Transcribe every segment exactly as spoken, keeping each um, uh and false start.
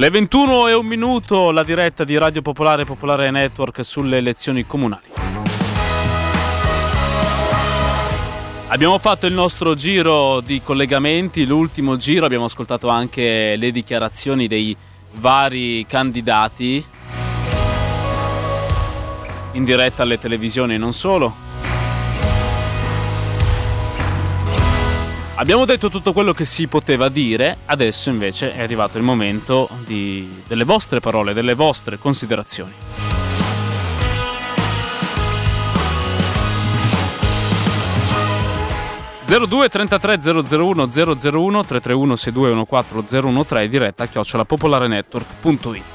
Le ventuno e un minuto, la diretta di Radio Popolare e Popolare Network sulle elezioni comunali. Abbiamo fatto il nostro giro di collegamenti, l'ultimo giro, abbiamo ascoltato anche le dichiarazioni dei vari candidati in diretta alle televisioni e non solo. Abbiamo detto tutto quello che si poteva dire, adesso invece è arrivato il momento di, delle vostre parole, delle vostre considerazioni. zero due trentatré zero zero uno zero zero uno tre tre uno sei due uno quattro zero uno tre diretta chiocciola popolarenetwork punto it.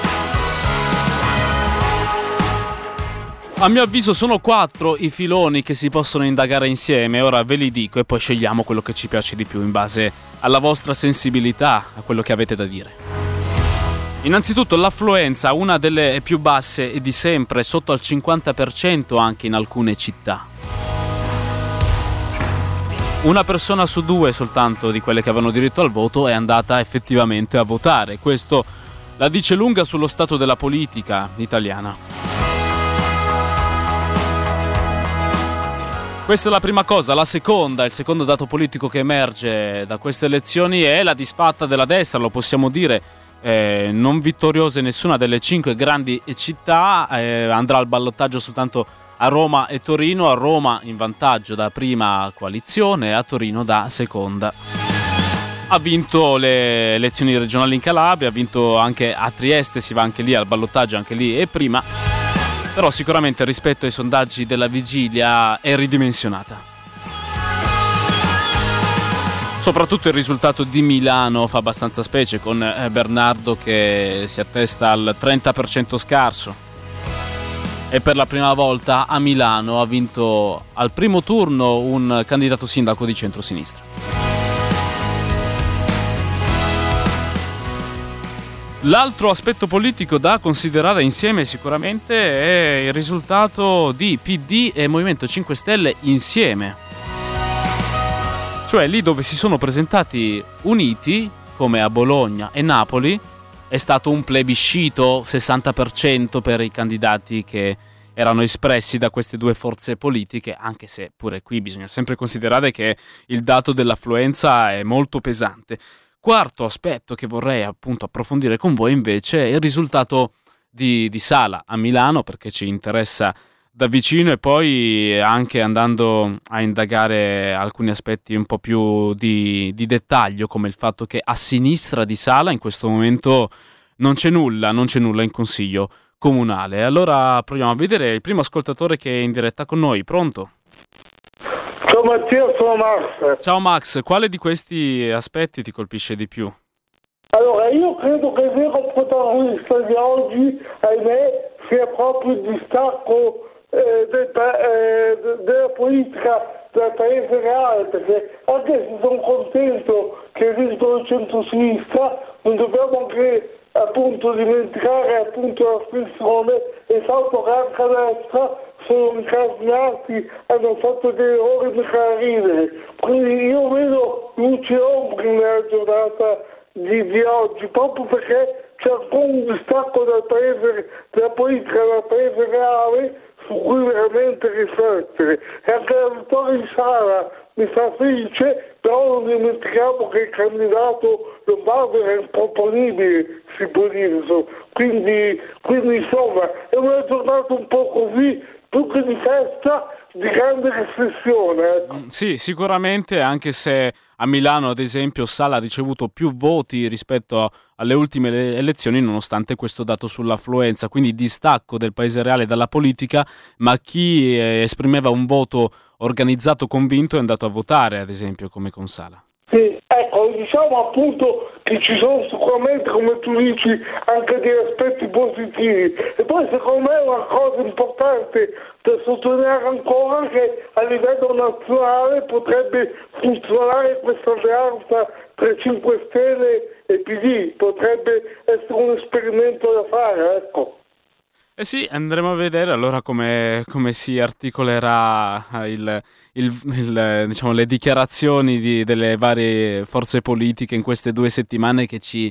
A mio avviso sono quattro i filoni che si possono indagare insieme, ora ve li dico e poi scegliamo quello che ci piace di più in base alla vostra sensibilità, a quello che avete da dire. Innanzitutto l'affluenza, una delle più basse di sempre, sotto al cinquanta per cento anche in alcune città. Una persona su due soltanto di quelle che avevano diritto al voto è andata effettivamente a votare. Questo la dice lunga sullo stato della politica italiana. Questa è la prima cosa. La seconda, il secondo dato politico che emerge da queste elezioni è la disfatta della destra, lo possiamo dire, eh, non vittoriosa in nessuna delle cinque grandi città, eh, andrà al ballottaggio soltanto a Roma e Torino, a Roma in vantaggio da prima coalizione e a Torino da seconda. Ha vinto le elezioni regionali in Calabria, ha vinto anche a Trieste, si va anche lì al ballottaggio, anche lì è prima. Però sicuramente rispetto ai sondaggi della vigilia è ridimensionata. Soprattutto il risultato di Milano fa abbastanza specie, con Bernardo che si attesta al trenta per cento scarso. E per la prima volta a Milano ha vinto al primo turno un candidato sindaco di centrosinistra. L'altro aspetto politico da considerare insieme sicuramente è il risultato di P D e Movimento cinque Stelle insieme. Cioè lì dove si sono presentati uniti, come a Bologna e Napoli, è stato un plebiscito sessanta per cento per i candidati che erano espressi da queste due forze politiche, anche se pure qui bisogna sempre considerare che il dato dell'affluenza è molto pesante. Quarto aspetto che vorrei appunto approfondire con voi invece è il risultato di, di Sala a Milano, perché ci interessa da vicino, e poi anche andando a indagare alcuni aspetti un po' più di, di dettaglio, come il fatto che a sinistra di Sala in questo momento non c'è nulla, non c'è nulla in consiglio comunale. Allora proviamo a vedere il primo ascoltatore che è in diretta con noi. Pronto? Ciao Mattia, sono Max. Ciao Max, quale di questi aspetti ti colpisce di più? Allora, io credo che il vero protagonista di oggi, ahimè, sia proprio il distacco eh, del, eh, della politica del paese reale, perché anche se sono contento che vinto il centro-sinistra, non dobbiamo anche appunto dimenticare appunto la spessione e fatto che anche a destra sono incasinati, hanno fatto delle errori da ridere. Quindi io vedo luce ombre nella giornata di, di oggi, proprio perché c'è ancora un distacco dal paese, della politica dal paese reale su cui veramente riflettere. E anche la vittoria di Sala mi fa felice, però non dimentichiamo che il candidato Lombardo era improponibile, si può dire. Quindi, quindi insomma è una giornata un po' così, più che di festa, di grande riflessione. Ecco. Sì, sicuramente, anche se a Milano ad esempio Sala ha ricevuto più voti rispetto alle ultime elezioni, nonostante questo dato sull'affluenza, quindi distacco del paese reale dalla politica, ma chi eh, esprimeva un voto organizzato, convinto, è andato a votare, ad esempio, come con Sala. Sì, ecco, diciamo appunto che ci sono sicuramente, come tu dici, anche degli aspetti positivi. E poi secondo me una cosa importante da sottolineare ancora, che a livello nazionale potrebbe funzionare questa alleanza tra cinque Stelle e P D, potrebbe essere un esperimento da fare, ecco. Eh sì, andremo a vedere allora come, come si articolerà il, il, il, diciamo, le dichiarazioni di, delle varie forze politiche in queste due settimane che ci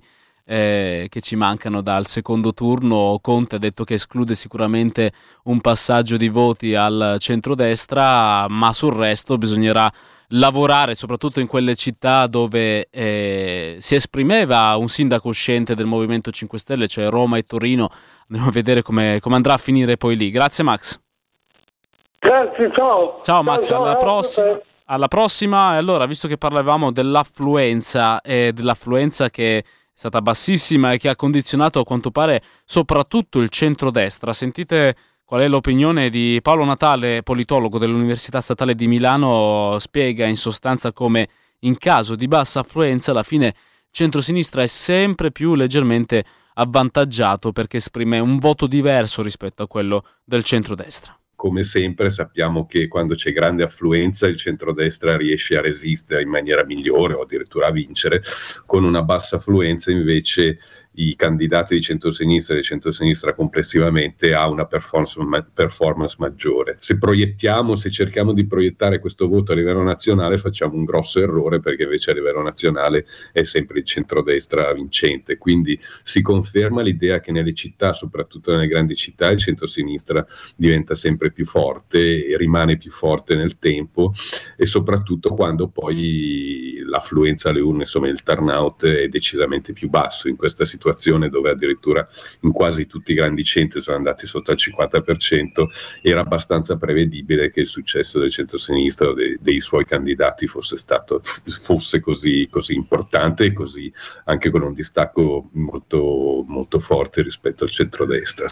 eh, che ci mancano dal secondo turno. Conte ha detto che esclude sicuramente un passaggio di voti al centrodestra, ma sul resto bisognerà lavorare, soprattutto in quelle città dove eh, si esprimeva un sindaco uscente del Movimento cinque Stelle, cioè Roma e Torino. Andremo a vedere come, come andrà a finire poi lì. Grazie Max. Grazie, ciao. Ciao Max, Ciao, alla ciao, prossima. Alla prossima. E allora, visto che parlavamo dell'affluenza e dell'affluenza che è stata bassissima e che ha condizionato a quanto pare soprattutto il centrodestra, sentite qual è l'opinione di Paolo Natale, politologo dell'Università Statale di Milano. Spiega in sostanza come in caso di bassa affluenza alla fine centrosinistra è sempre più leggermente avvantaggiato perché esprime un voto diverso rispetto a quello del centrodestra. Come sempre sappiamo che quando c'è grande affluenza il centrodestra riesce a resistere in maniera migliore o addirittura a vincere. Con una bassa affluenza invece i candidati di centrosinistra e di centrosinistra complessivamente ha una performance, ma- performance maggiore. Se proiettiamo, se cerchiamo di proiettare questo voto a livello nazionale facciamo un grosso errore, perché invece a livello nazionale è sempre il centrodestra vincente. Quindi si conferma l'idea che nelle città, soprattutto nelle grandi città, il centrosinistra diventa sempre più forte e rimane più forte nel tempo, e soprattutto quando poi l'affluenza alle urne, insomma il turnout, è decisamente più basso. In questa situazione dove addirittura in quasi tutti i grandi centri sono andati sotto al cinquanta per cento, era abbastanza prevedibile che il successo del centrosinistra o dei, dei suoi candidati fosse stato fosse così, così importante, e così anche con un distacco molto, molto forte rispetto al centrodestra.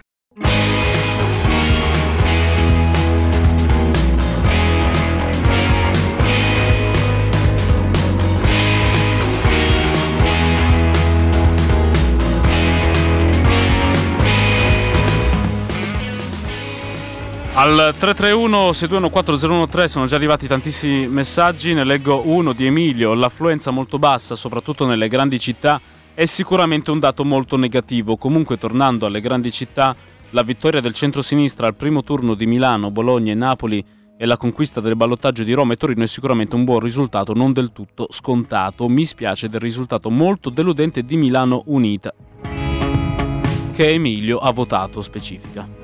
Al tre tre uno sei due uno quattro zero uno tre sono già arrivati tantissimi messaggi, ne leggo uno di Emilio. L'affluenza molto bassa, soprattutto nelle grandi città, è sicuramente un dato molto negativo. Comunque, tornando alle grandi città, la vittoria del centrosinistra al primo turno di Milano, Bologna e Napoli e la conquista del ballottaggio di Roma e Torino è sicuramente un buon risultato, non del tutto scontato. Mi spiace del risultato molto deludente di Milano Unita, che Emilio ha votato, specifica.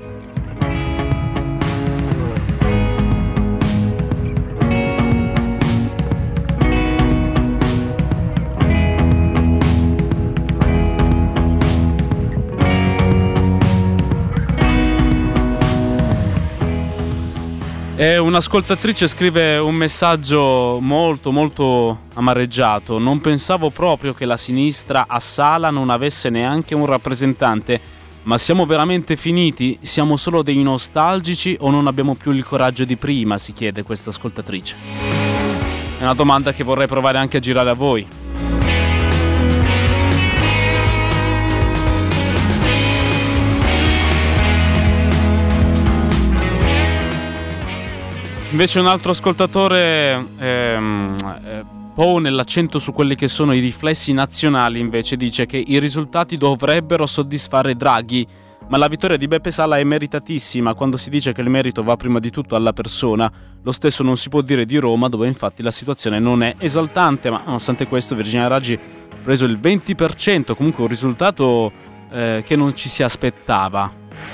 E un'ascoltatrice scrive un messaggio molto molto amareggiato. Non pensavo proprio che la sinistra a Sala non avesse neanche un rappresentante, ma siamo veramente finiti? Siamo solo dei nostalgici o non abbiamo più il coraggio di prima? Si chiede questa ascoltatrice. È una domanda che vorrei provare anche a girare a voi. Invece un altro ascoltatore ehm, eh, pone l'accento su quelli che sono i riflessi nazionali. Invece dice che i risultati dovrebbero soddisfare Draghi, ma la vittoria di Beppe Sala è meritatissima. Quando si dice che il merito va prima di tutto alla persona, lo stesso non si può dire di Roma, dove infatti la situazione non è esaltante. Ma nonostante questo Virginia Raggi ha preso il venti per cento, comunque un risultato eh, che non ci si aspettava.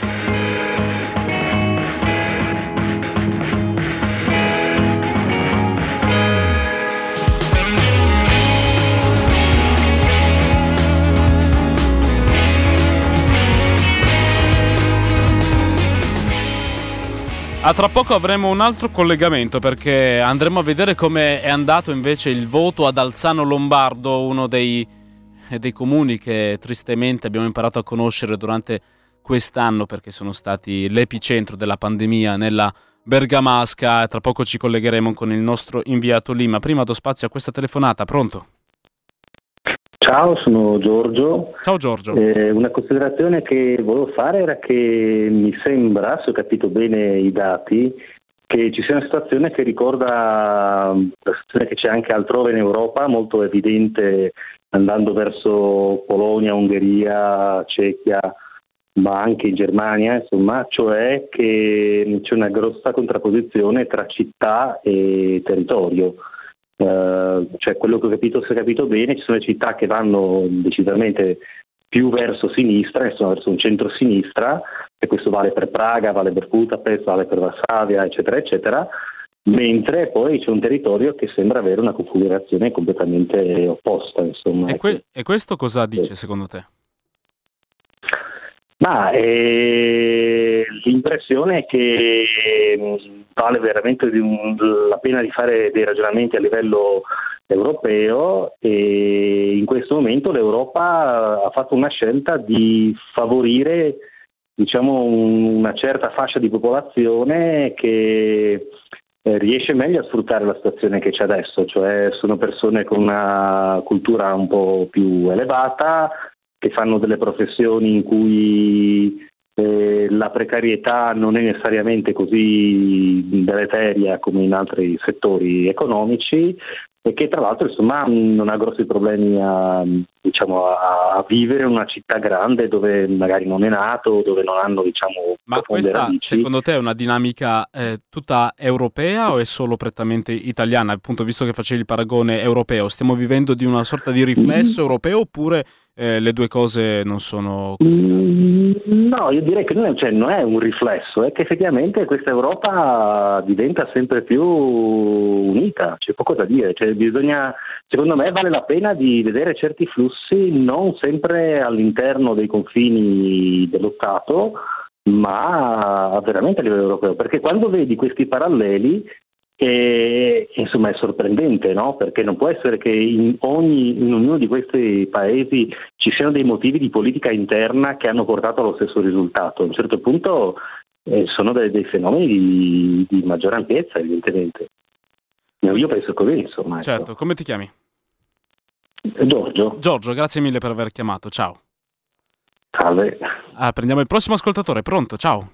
A tra poco avremo un altro collegamento, perché andremo a vedere come è andato invece il voto ad Alzano Lombardo, uno dei, dei comuni che tristemente abbiamo imparato a conoscere durante quest'anno, perché sono stati l'epicentro della pandemia nella Bergamasca. Tra poco ci collegheremo con il nostro inviato lì, ma prima do spazio a questa telefonata. Pronto? Ciao, sono Giorgio. Ciao Giorgio. Eh, una considerazione che volevo fare era che mi sembra, se ho capito bene i dati, che ci sia una situazione che ricorda la situazione che c'è anche altrove in Europa, molto evidente andando verso Polonia, Ungheria, Cechia, ma anche in Germania, insomma, cioè che c'è una grossa contrapposizione tra città e territorio. Uh, cioè quello che ho capito, se ho capito bene, ci sono le città che vanno decisamente più verso sinistra, insomma verso un centro-sinistra, e questo vale per Praga, vale per Budapest, vale per Varsavia, eccetera, eccetera, mentre poi c'è un territorio che sembra avere una configurazione completamente opposta. Insomma. E, que- e questo cosa dice secondo te? Ma eh, l'impressione è che vale veramente di un, la pena di fare dei ragionamenti a livello europeo, e in questo momento l'Europa ha fatto una scelta di favorire, diciamo, una certa fascia di popolazione che eh, riesce meglio a sfruttare la situazione che c'è adesso, cioè sono persone con una cultura un po' più elevata, che fanno delle professioni in cui eh, la precarietà non è necessariamente così deleteria come in altri settori economici, e che tra l'altro insomma non ha grossi problemi a, diciamo, a, a vivere in una città grande dove magari non è nato, dove non hanno, diciamo, ma questa radici. Secondo te è una dinamica eh, tutta europea o è solo prettamente italiana? Appunto, visto che facevi il paragone europeo, stiamo vivendo di una sorta di riflesso mm-hmm. europeo, oppure eh, le due cose non sono mm, no, io direi che non è, cioè, non è un riflesso, è che effettivamente questa Europa diventa sempre più unita, c'è poco da dire, cioè, bisogna, secondo me vale la pena di vedere certi flussi non sempre all'interno dei confini dello Stato, ma veramente a livello europeo, perché quando vedi questi paralleli e, insomma è sorprendente, no? Perché non può essere che in ogni in ognuno di questi paesi ci siano dei motivi di politica interna che hanno portato allo stesso risultato. A un certo punto eh, sono dei, dei fenomeni di, di maggiore ampiezza, evidentemente. Io penso così, insomma. Certo, ecco. Come ti chiami? Giorgio. Giorgio, grazie mille per aver chiamato, ciao. Salve. Ah, prendiamo il prossimo ascoltatore, pronto, ciao.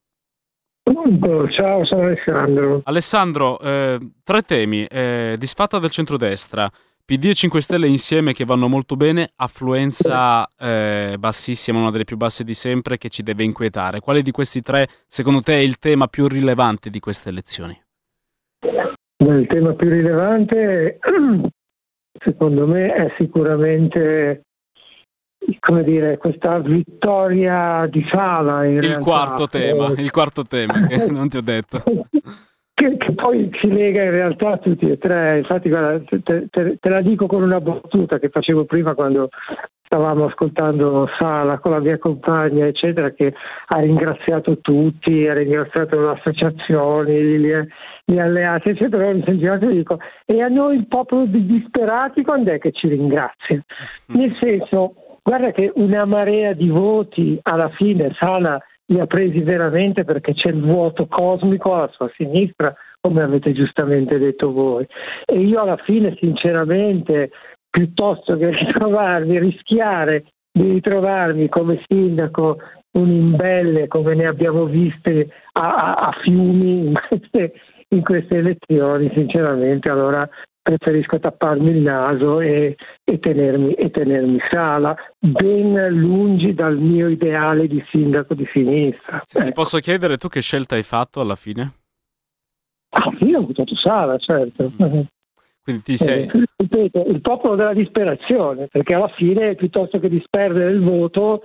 Pronto, ciao, sono Alessandro. Alessandro, eh, tre temi, eh, disfatta del centrodestra, P D e cinque Stelle insieme che vanno molto bene, affluenza eh, bassissima, una delle più basse di sempre, che ci deve inquietare. Quale di questi tre, secondo te, è il tema più rilevante di queste elezioni? Beh, il tema più rilevante, secondo me, è sicuramente, come dire, questa vittoria di Sala. In il realtà. quarto tema, eh, il quarto tema che non ti ho detto. Che, che poi si lega in realtà a tutti e tre. Infatti, guarda, te, te, te la dico con una battuta che facevo prima quando stavamo ascoltando Sala con la mia compagna, eccetera, che ha ringraziato tutti, ha ringraziato le associazioni, gli, gli alleati, eccetera. Mi sentivo e dico, e a noi il popolo di disperati quando è che ci ringrazia? Nel senso, guarda che una marea di voti alla fine Sala li ha presi veramente, perché c'è il vuoto cosmico alla sua sinistra, come avete giustamente detto voi. E io alla fine, sinceramente, piuttosto che ritrovarmi, rischiare di ritrovarmi come sindaco un imbelle come ne abbiamo viste a, a, a fiumi in queste, in queste elezioni, sinceramente, allora preferisco tapparmi il naso e, e, tenermi, e tenermi Sala, ben lungi dal mio ideale di sindaco di sinistra. Se ecco. Ti posso chiedere, tu che scelta hai fatto alla fine? Ah, io ho votato Sala, certo. Mm. Quindi ti sei... Eh, ripeto, il popolo della disperazione, perché alla fine, piuttosto che disperdere il voto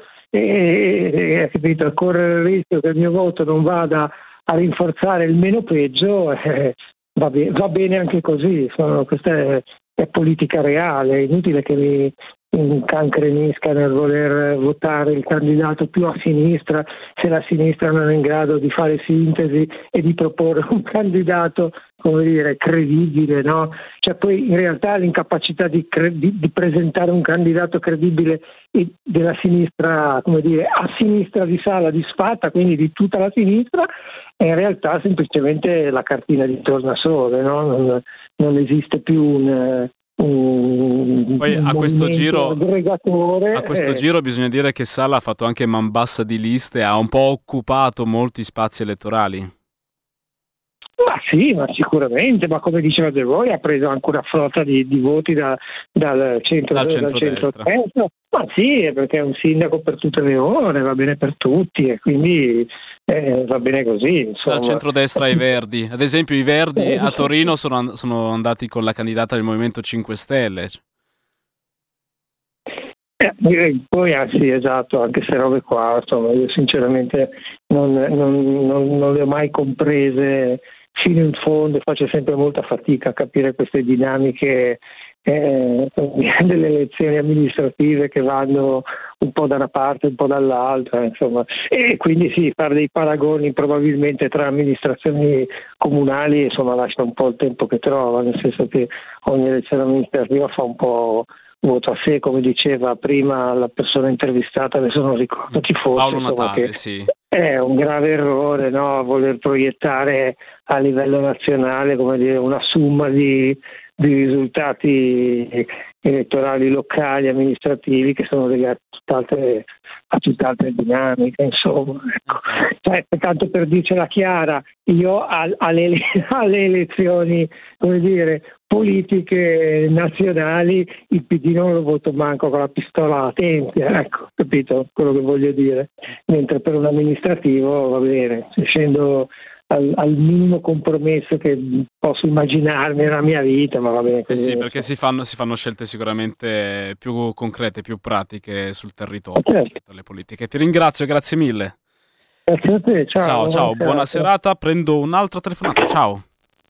e, e, e correre il rischio che il mio voto non vada a rinforzare il meno peggio, eh, Va bene, va bene anche così, sono, questa è, è politica reale, è inutile che mi incancrenisca nel voler votare il candidato più a sinistra se la sinistra non è in grado di fare sintesi e di proporre un candidato, come dire, credibile, no? Cioè poi in realtà l'incapacità di, cre- di, di presentare un candidato credibile della sinistra, come dire, a sinistra di Sala disfatta, quindi di tutta la sinistra, è in realtà semplicemente la cartina di tornasole, no? Non, non esiste più un, un Poi a questo giro aggregatore. A questo eh. giro bisogna dire che Sala ha fatto anche man bassa di liste, ha un po' occupato molti spazi elettorali. Ma sì, ma sicuramente, ma come diceva De Voi, ha preso anche una flotta di, di voti da, dal centro Dal dal centrodestra. centrodestra. Ma sì, perché è un sindaco per tutte le ore, va bene per tutti e quindi eh, va bene così. Insomma. Dal centrodestra ai Verdi. Ad esempio i Verdi a Torino sono, sono andati con la candidata del Movimento cinque Stelle. Eh, poi ah, sì, esatto, anche se robe qua, insomma, io sinceramente non, non, non, non le ho mai comprese fino in fondo, faccio sempre molta fatica a capire queste dinamiche eh, delle elezioni amministrative che vanno un po' da una parte, un po' dall'altra, insomma, e quindi sì, fare dei paragoni probabilmente tra amministrazioni comunali, insomma, lascia un po' il tempo che trova, nel senso che ogni elezione amministrativa fa un po' voto a sé, come diceva prima la persona intervistata, adesso non ricordo chi fosse, Paolo insomma, Natale, che sì. È un grave errore, no? Voler proiettare a livello nazionale, come dire, una somma di, di risultati elettorali locali, amministrativi, che sono legati a tutt'altre, a tutt'altre dinamiche, insomma. Ecco. Cioè, tanto per dircela chiara, io al, alle, alle elezioni, come dire, politiche nazionali, il P D non lo voto manco con la pistola alla tempia, ecco, capito quello che voglio dire? Mentre per un amministrativo va bene, scendo al, al minimo compromesso che posso immaginarmi nella mia vita, ma va bene. Eh sì, perché si fanno, si fanno scelte sicuramente più concrete, più pratiche sul territorio, certo, rispetto alle politiche. Ti ringrazio, grazie mille. Grazie a te, ciao. Ciao, ciao, buona, buona serata. Prendo un'altra telefonata, ciao.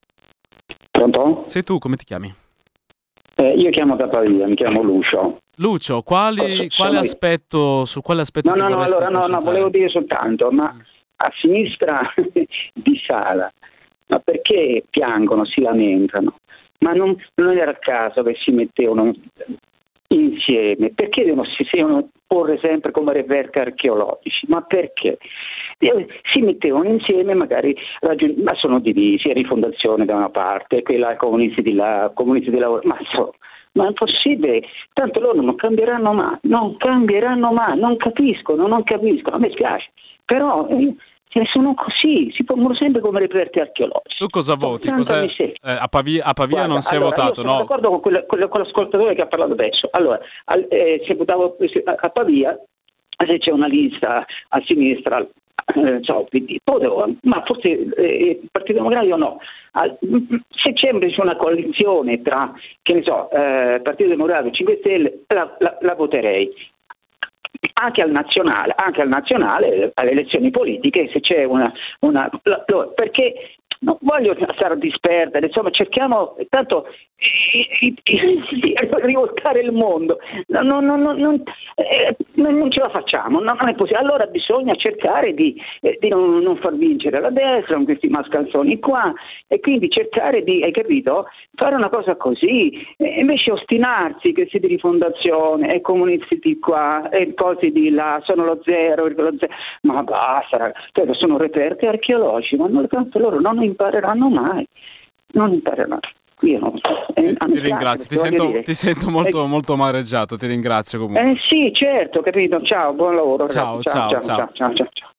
Pronto? Sei tu, come ti chiami? Eh, io chiamo da Pavia, mi chiamo Lucio. Lucio, quali, Sono quale io. aspetto, su quale aspetto No, ti no, no, vorresti allora no, no, concentrare? volevo dire soltanto, ma a sinistra di Sala, ma perché piangono, si lamentano? Ma non, non era il caso che si mettevano insieme? Perché devono, si devono porre sempre come reperti archeologici? Ma perché? Si mettevano insieme, magari raggiung- ma sono divisi, Rifondazione da una parte, quella comunisti di là, comunisti di lavoro, ma so, ma è impossibile, tanto loro non cambieranno mai, non cambieranno mai, non capiscono, non capiscono, a me spiace, però eh, sono così, si pongono sempre come reperti archeologici. Tu cosa voti? Cos'è? Eh, a Pavia, a Pavia Guarda, non si è allora, votato, io sono no? d'accordo con, quel, con, con l'ascoltatore che ha parlato adesso. Allora, al, eh, se votavo a, a Pavia, se c'è una lista a sinistra, eh, so, P D, potevo, ma forse eh, il Partito Democratico no. Al, se c'è invece una coalizione tra, che ne so, eh, Partito Democratico e cinque Stelle, la, la, la voterei. Anche al nazionale, anche al nazionale, alle elezioni politiche, se c'è una, una la, la, perché non voglio stare a disperdere, insomma, cerchiamo tanto di, di, di rivoltare il mondo, no, no, no, no, non, eh, non ce la facciamo, no, non è possibile. Allora bisogna cercare di, eh, di non, non far vincere la destra con questi mascalzoni qua, e quindi cercare di, hai capito, fare una cosa così, e invece ostinarsi che si di rifondazione e comunisti di qua e cose di là sono lo zero, lo zero. Ma basta, ragazzi, sono reperti archeologici, ma non, tanto loro non impareranno mai, non impareranno. Io non so. Eh, ti ringrazio, ti sento, ti sento molto, eh, molto amareggiato, ti ringrazio comunque. Eh sì, certo, capito, ciao, buon lavoro. Ciao, ciao, ciao, ciao, ciao, ciao, ciao, ciao.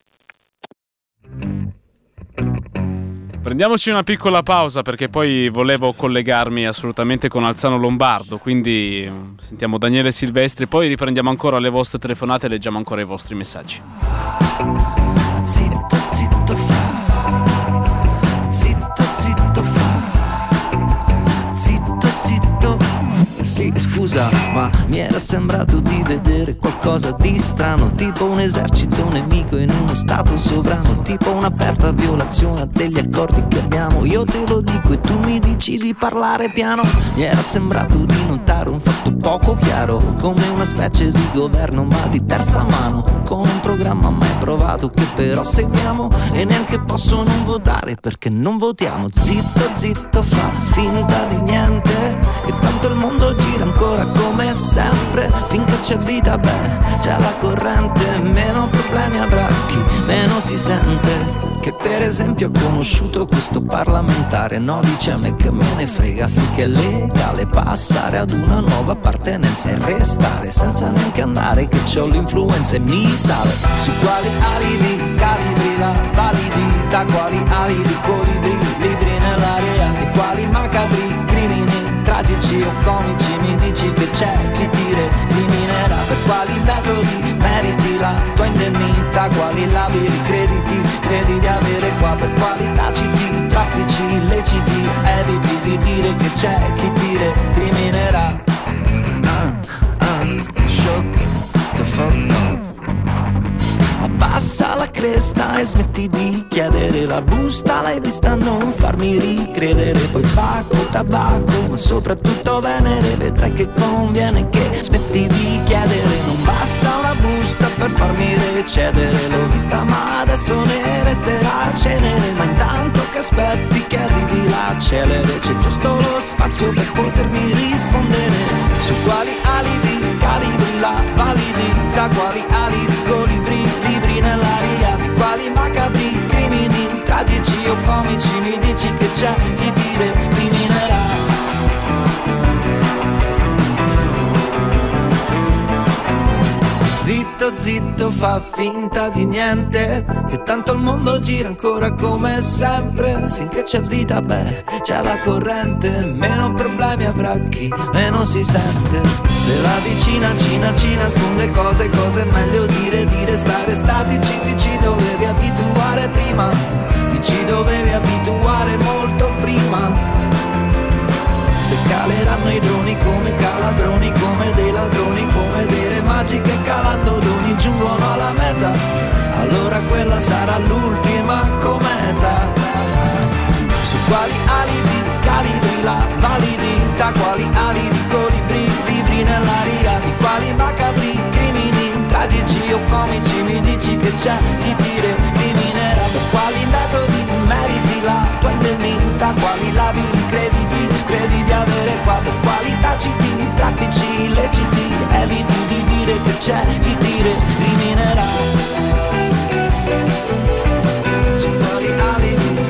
Prendiamoci una piccola pausa perché poi volevo collegarmi assolutamente con Alzano Lombardo, quindi sentiamo Daniele Silvestri, poi riprendiamo ancora le vostre telefonate e leggiamo ancora i vostri messaggi. Zitto, zitto fa, zitto, zitto fa, zitto, zitto. Sì, scusa, ma mi era sembrato di vedere qualcosa di strano, tipo un esercito nemico in uno stato sovrano, tipo un'aperta violazione degli accordi che abbiamo. Io te lo dico e tu mi dici di parlare piano. Mi era sembrato di notare un fatto poco chiaro, come una specie di governo ma di terza mano, con un programma mai provato che però seguiamo, e neanche posso non votare perché non votiamo. Zitto, zitto, fa finta di niente, che tanto il mondo gira ancora come sempre, finché c'è vita, beh, c'è la corrente, meno problemi avrà chi meno si sente. Che per esempio ho conosciuto questo parlamentare, no, dice a me che me ne frega, finché è legale passare ad una nuova appartenenza e restare senza neanche andare, che c'ho l'influenza e mi sale. Su quali alibi, calibri la validità, quali alibi, colibri, libri nell'area, e quali macabri crimini tragici o comici mi dici che c'è chi ti recriminerà. Per quali metodi meriti la tua indennità, quali labili crediti credi di avere qua, per quali taciti traffici illeciti eviti di dire che c'è chi ti recriminerà. Ah, ah, show. busta e smetti di chiedere la busta, l'hai vista non farmi ricredere. Poi pacco, tabacco, ma soprattutto venere, vedrai che conviene che smetti di chiedere. Non basta una busta per farmi recedere, l'ho vista ma adesso ne resterà cenere. Ma intanto che aspetti che arrivi la celere, c'è giusto lo spazio per potermi rispondere. Su quali alibi, calibri la validità, quali ali di colibri, libri nell'aria, di quali macabri crimini, tragici o comici, mi dici che c'è chi dire criminerà. Zitto, zitto, fa finta di niente, che tanto il mondo gira ancora come sempre. Finché c'è vita, beh, c'è la corrente, meno problemi avrà chi meno si sente. Se la vicina Cina ci nasconde cose, cose è meglio dire, dire stare statici. Ti ci dovevi abituare prima, ti ci dovevi abituare molto prima. Se caleranno i droni come calabroni, come dei ladroni, come dei re magiche calando doni giungono alla meta, allora quella sarà l'ultima cometa. Su quali alibi, calibri la validità, quali ali di colibri, libri nell'aria, di quali macabri crimini, tragici o comici, mi dici che c'è chi dire criminerà. Per quali metodi meriti la tua indennità, quali labili crediti credi di avere qua, per quali taciti traffici illeciti eviti di dire che c'è chi dire criminerà. Su quali alibi,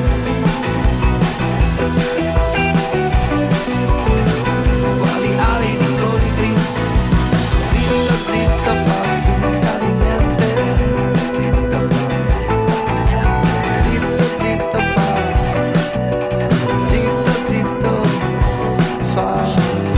quali ali di colibri, zitto zitto fa finta di niente, zitto zitto zitto fa, zitto zitto fa.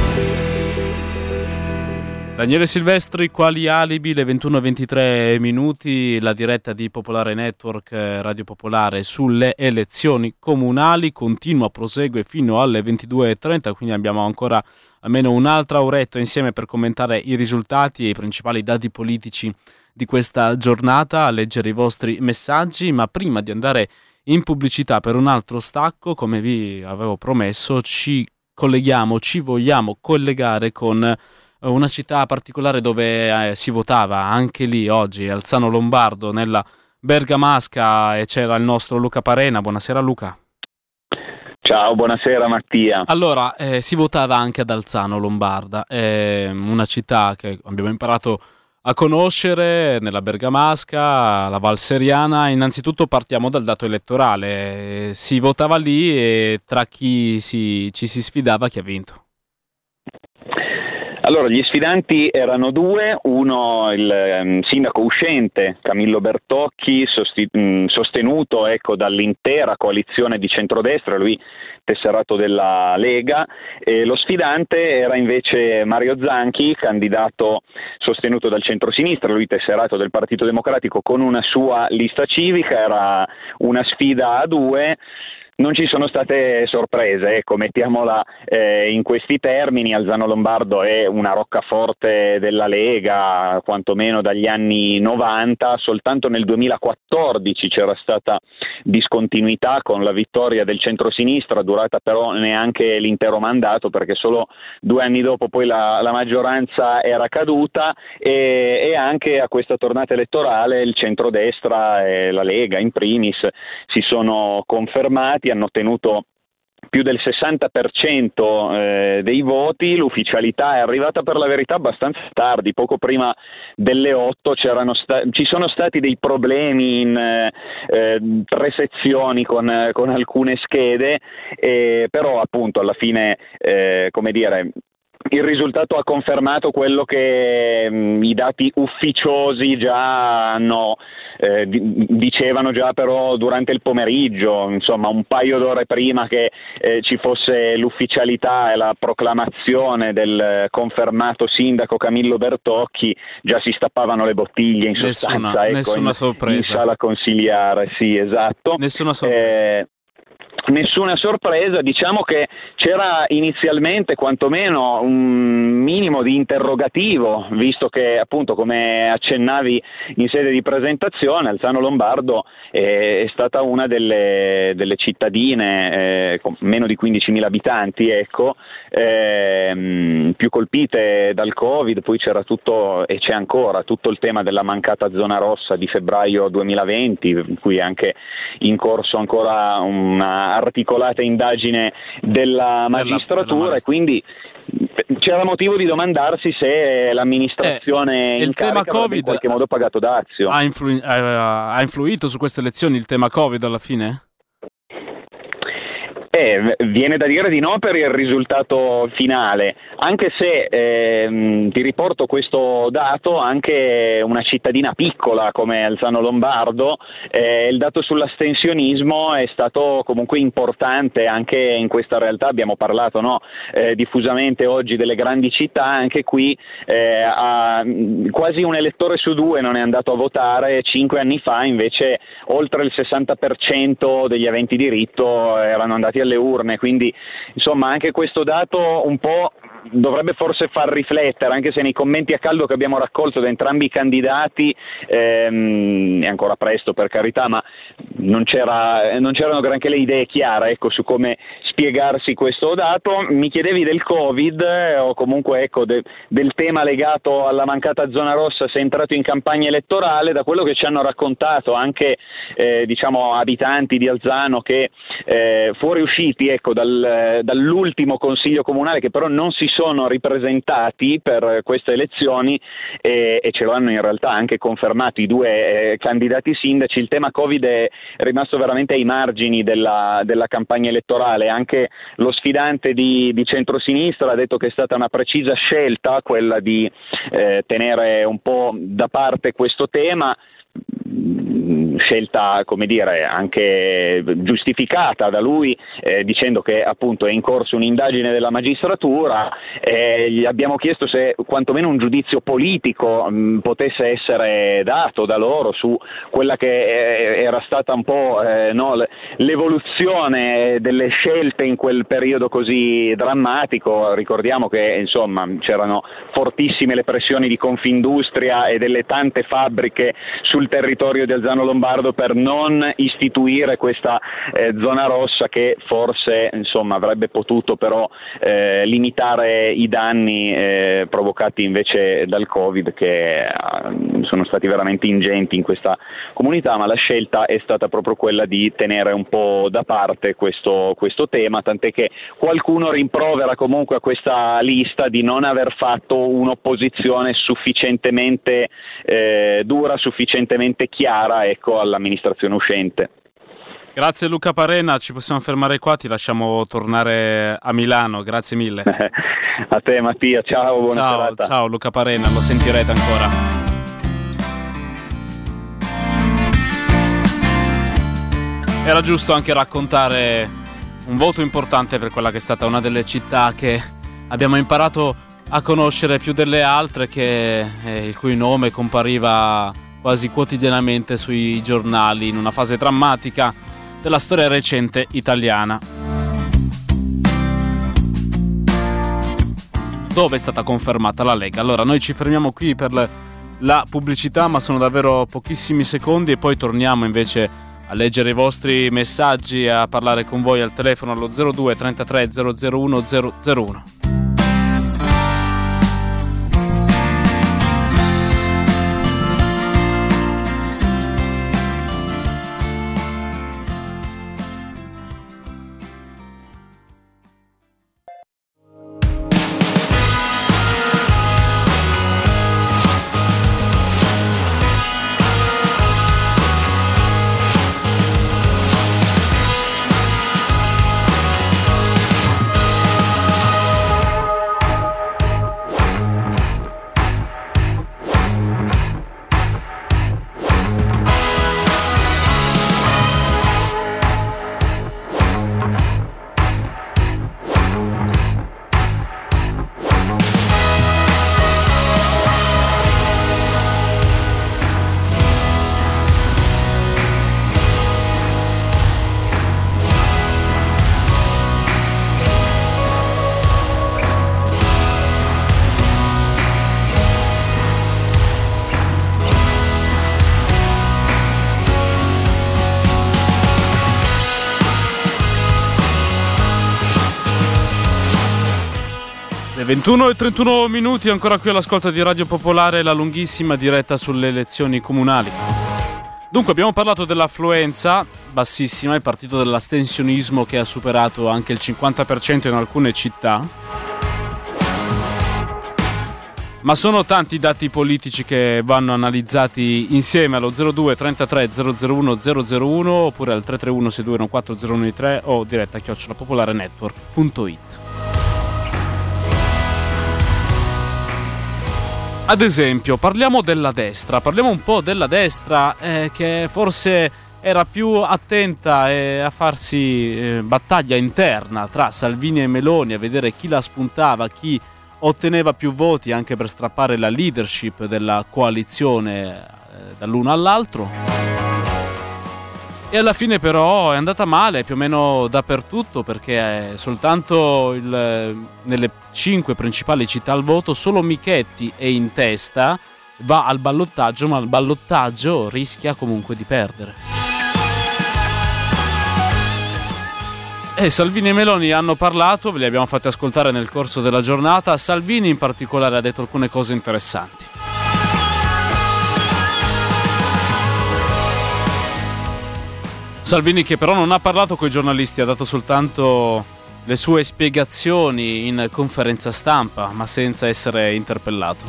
Daniele Silvestri, quali alibi, le ventuno e ventitré minuti, la diretta di Popolare Network Radio Popolare sulle elezioni comunali continua, prosegue fino alle ventidue e trenta, quindi abbiamo ancora almeno un'altra oretta insieme per commentare i risultati e i principali dati politici di questa giornata, a leggere i vostri messaggi, ma prima di andare in pubblicità per un altro stacco, come vi avevo promesso, ci colleghiamo, ci vogliamo collegare con una città particolare dove eh, si votava anche lì oggi, Alzano Lombardo, nella Bergamasca, e c'era il nostro Luca Parena. Buonasera Luca. Ciao, buonasera Mattia. Allora, eh, si votava anche ad Alzano Lombarda, eh, una città che abbiamo imparato a conoscere nella Bergamasca, la Val Seriana. Innanzitutto partiamo dal dato elettorale, eh, si votava lì e tra chi si, ci si sfidava, chi ha vinto? Allora, gli sfidanti erano due, uno il um, sindaco uscente Camillo Bertocchi, sosti- mh, sostenuto ecco, dall'intera coalizione di centrodestra, lui tesserato della Lega, e lo sfidante era invece Mario Zanchi, candidato sostenuto dal centrosinistra, lui tesserato del Partito Democratico con una sua lista civica. Era una sfida a due. Non ci sono state sorprese, ecco, mettiamola eh, in questi termini. Alzano Lombardo è una roccaforte della Lega, quantomeno dagli anni novanta. Soltanto nel duemilaquattordici c'era stata discontinuità con la vittoria del centrosinistra, durata però neanche l'intero mandato, perché solo due anni dopo poi la, la maggioranza era caduta, e, e anche a questa tornata elettorale il centrodestra e la Lega in primis si sono confermati, hanno ottenuto più del sessanta per cento eh, dei voti. L'ufficialità è arrivata per la verità abbastanza tardi, poco prima delle otto. C'erano sta- ci sono stati dei problemi in eh, tre sezioni con, con alcune schede, eh, però appunto alla fine, eh, come dire, il risultato ha confermato quello che mh, i dati ufficiosi già hanno eh, di- dicevano già però durante il pomeriggio, insomma un paio d'ore prima che eh, ci fosse l'ufficialità e la proclamazione del confermato sindaco Camillo Bertocchi, già si stappavano le bottiglie in sostanza, nessuna, ecco, nessuna in, sorpresa. in sala consigliare, sì, esatto. Nessuna sorpresa. Eh, nessuna sorpresa. Diciamo che c'era inizialmente quantomeno un minimo di interrogativo, visto che appunto, come accennavi in sede di presentazione, Alzano Lombardo è, è stata una delle, delle cittadine eh, con meno di quindicimila abitanti, ecco, eh, più colpite dal Covid. Poi c'era tutto, e c'è ancora, tutto il tema della mancata zona rossa di febbraio duemilaventi, in cui è anche in corso ancora una articolata indagine della magistratura, e quindi c'era motivo di domandarsi se l'amministrazione eh, in carica avrebbe in qualche modo pagato dazio. Ha, influ- ha influito su queste elezioni il tema Covid alla fine? Eh, viene da dire di no per il risultato finale, anche se ehm, ti riporto questo dato, anche una cittadina piccola come Alzano Lombardo, eh, il dato sull'astensionismo è stato comunque importante anche in questa realtà. Abbiamo parlato no, eh, diffusamente oggi delle grandi città, anche qui eh, a, quasi un elettore su due non è andato a votare. Cinque anni fa invece oltre il sessanta per cento degli aventi diritto erano andati alle urne, quindi insomma anche questo dato un po' dovrebbe forse far riflettere, anche se nei commenti a caldo che abbiamo raccolto da entrambi i candidati ehm, è ancora presto per carità, ma non, c'era, non c'erano granché le idee chiare, ecco, su come spiegarsi questo dato. Mi chiedevi del Covid eh, o comunque ecco, de, del tema legato alla mancata zona rossa, se è entrato in campagna elettorale. Da quello che ci hanno raccontato anche eh, diciamo abitanti di Alzano che eh, fuoriusciti ecco, dal, dall'ultimo consiglio comunale, che però non si sono ripresentati per queste elezioni e, e ce lo hanno in realtà anche confermato i due eh, candidati sindaci, il tema Covid è rimasto veramente ai margini della, della campagna elettorale. Anche lo sfidante di, di centrosinistra ha detto che è stata una precisa scelta quella di eh, tenere un po' da parte questo tema, scelta come dire anche giustificata da lui, eh, dicendo che appunto è in corso un'indagine della magistratura. Eh, gli abbiamo chiesto se quantomeno un giudizio politico mh, potesse essere dato da loro su quella che eh, era stata un po' eh, no, l'evoluzione delle scelte in quel periodo così drammatico. Ricordiamo che insomma c'erano fortissime le pressioni di Confindustria e delle tante fabbriche sul territorio di Alzano Lombardo per non istituire questa eh, zona rossa, che forse insomma avrebbe potuto però eh, limitare i danni eh, provocati invece dal Covid, che eh, sono stati veramente ingenti in questa comunità. Ma la scelta è stata proprio quella di tenere un po' da parte questo, questo tema, tant'è che qualcuno rimprovera comunque a questa lista di non aver fatto un'opposizione sufficientemente eh, dura, sufficientemente chiara ecco, all'amministrazione uscente. Grazie Luca Parena, ci possiamo fermare qua, ti lasciamo tornare a Milano, grazie mille. A te Mattia, ciao, buona ciao, serata. Ciao Luca Parena, lo sentirete ancora. Era giusto anche raccontare un voto importante per quella che è stata una delle città che abbiamo imparato a conoscere più delle altre, che, eh, il cui nome compariva quasi quotidianamente sui giornali in una fase drammatica della storia recente italiana, dove è stata confermata la Lega. Allora noi ci fermiamo qui per la pubblicità, ma sono davvero pochissimi secondi e poi torniamo invece a leggere i vostri messaggi e a parlare con voi al telefono allo zero due trentatré zero zero uno zero zero uno. ventuno e trentuno minuti ancora qui all'ascolto di Radio Popolare, la lunghissima diretta sulle elezioni comunali. Dunque abbiamo parlato dell'affluenza bassissima, il partito dell'astensionismo che ha superato anche il cinquanta per cento in alcune città. Ma sono tanti i dati politici che vanno analizzati insieme allo zero due trentatré zero zero uno zero zero uno oppure al tre tre uno sei due uno quattro zero uno tre o diretta chiocciola popolare network punto it. Ad esempio, parliamo della destra, parliamo un po' della destra eh, che forse era più attenta eh, a farsi eh, battaglia interna tra Salvini e Meloni, a vedere chi la spuntava, chi otteneva più voti anche per strappare la leadership della coalizione eh, dall'uno all'altro. E alla fine però è andata male più o meno dappertutto, perché soltanto il, nelle cinque principali città al voto solo Michetti è in testa, va al ballottaggio, ma il ballottaggio rischia comunque di perdere. E Salvini e Meloni hanno parlato, ve li abbiamo fatti ascoltare nel corso della giornata. Salvini in particolare ha detto alcune cose interessanti. Salvini che però non ha parlato coi giornalisti, ha dato soltanto le sue spiegazioni in conferenza stampa, ma senza essere interpellato.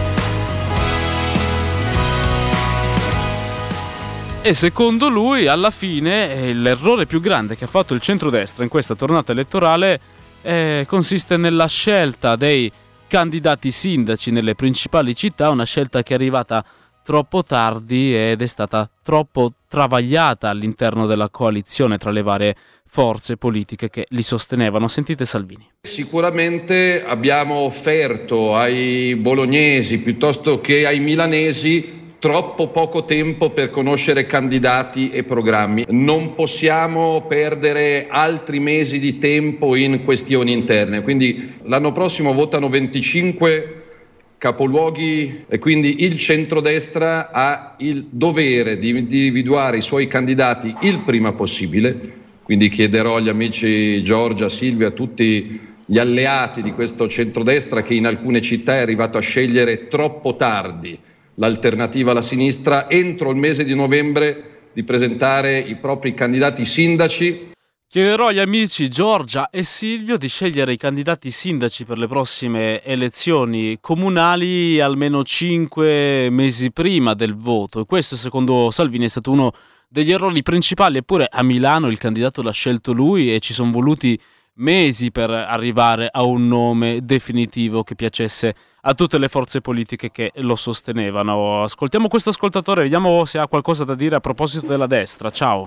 E secondo lui, alla fine, l'errore più grande che ha fatto il centrodestra in questa tornata elettorale eh, consiste nella scelta dei candidati sindaci nelle principali città, una scelta che è arrivata troppo tardi ed è stata troppo travagliata all'interno della coalizione tra le varie forze politiche che li sostenevano. Sentite Salvini. Sicuramente abbiamo offerto ai bolognesi piuttosto che ai milanesi troppo poco tempo per conoscere candidati e programmi. Non possiamo perdere altri mesi di tempo in questioni interne. Quindi l'anno prossimo votano venticinque capoluoghi e quindi il centrodestra ha il dovere di individuare i suoi candidati il prima possibile. Quindi chiederò agli amici Giorgia, Silvia, a tutti gli alleati di questo centrodestra che in alcune città è arrivato a scegliere troppo tardi l'alternativa alla sinistra, entro il mese di novembre di presentare i propri candidati sindaci. Chiederò agli amici Giorgia e Silvio di scegliere i candidati sindaci per le prossime elezioni comunali almeno cinque mesi prima del voto, e questo secondo Salvini è stato uno degli errori principali. Eppure a Milano il candidato l'ha scelto lui e ci sono voluti mesi per arrivare a un nome definitivo che piacesse a tutte le forze politiche che lo sostenevano. Ascoltiamo questo ascoltatore, vediamo se ha qualcosa da dire a proposito della destra. Ciao.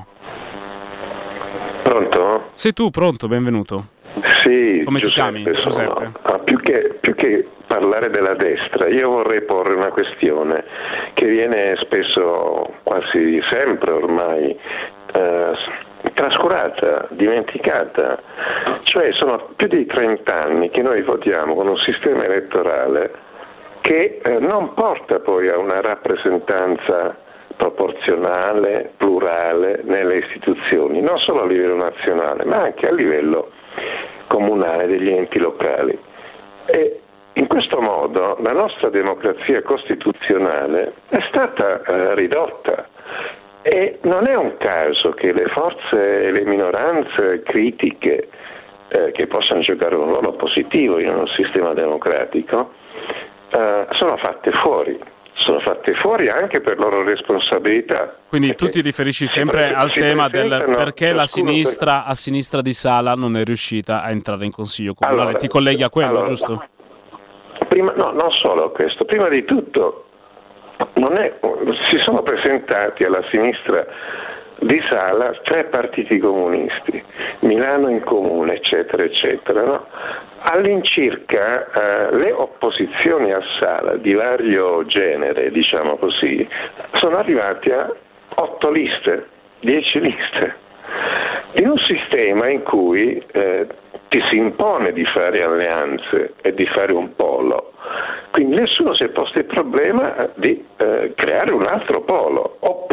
Pronto? Sei tu, pronto, benvenuto. Sì, come Giuseppe, ti chiami? Sono... Giuseppe. Ah, più, che, più che parlare della destra, io vorrei porre una questione che viene spesso, quasi sempre ormai, eh, trascurata, dimenticata. Cioè sono più di trenta anni che noi votiamo con un sistema elettorale che eh, non porta poi a una rappresentanza proporzionale, plurale nelle istituzioni, non solo a livello nazionale, ma anche a livello comunale degli enti locali. E in questo modo la nostra democrazia costituzionale è stata eh, ridotta, e non è un caso che le forze e le minoranze critiche eh, che possano giocare un ruolo positivo in un sistema democratico eh, sono fatte fuori. Sono fatte fuori anche per loro responsabilità. Quindi tu ti riferisci sempre al tema del perché la sinistra a sinistra di Sala non è riuscita a entrare in consiglio comunale. Allora, ti colleghi a quello, allora, giusto? Prima, no, non solo a questo. Prima di tutto non è, si sono presentati alla sinistra di Sala tre partiti comunisti, Milano in Comune, eccetera, eccetera, no? All'incirca eh, le opposizioni a Sala di vario genere, diciamo così, sono arrivati a otto liste, dieci liste, in un sistema in cui eh, ti si impone di fare alleanze e di fare un polo. Quindi nessuno si è posto il problema di eh, creare un altro polo, oppure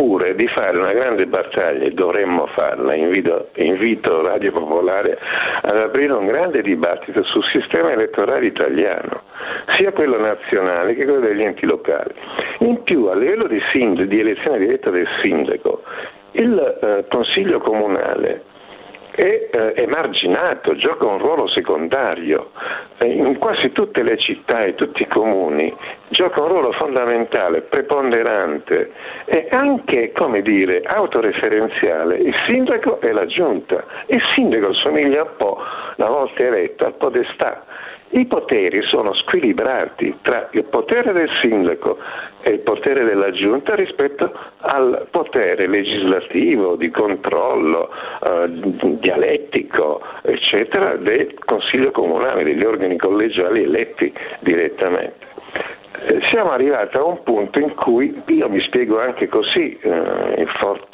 oppure di fare una grande battaglia, e dovremmo farla, invito, invito Radio Popolare ad aprire un grande dibattito sul sistema elettorale italiano, sia quello nazionale che quello degli enti locali. In più, a livello di, sindaco, di elezione diretta del sindaco, il eh, consiglio comunale è eh, emarginato, gioca un ruolo secondario. Eh, in quasi tutte le città e tutti i comuni gioca un ruolo fondamentale, preponderante e anche, come dire, autoreferenziale il sindaco e la giunta. Il sindaco somiglia un po', una volta eletto, al podestà. I poteri sono squilibrati tra il potere del sindaco e il potere della giunta rispetto al potere legislativo, di controllo, eh, dialettico, eccetera, del Consiglio Comunale, degli organi collegiali eletti direttamente. Siamo arrivati a un punto in cui, io mi spiego anche così, eh, il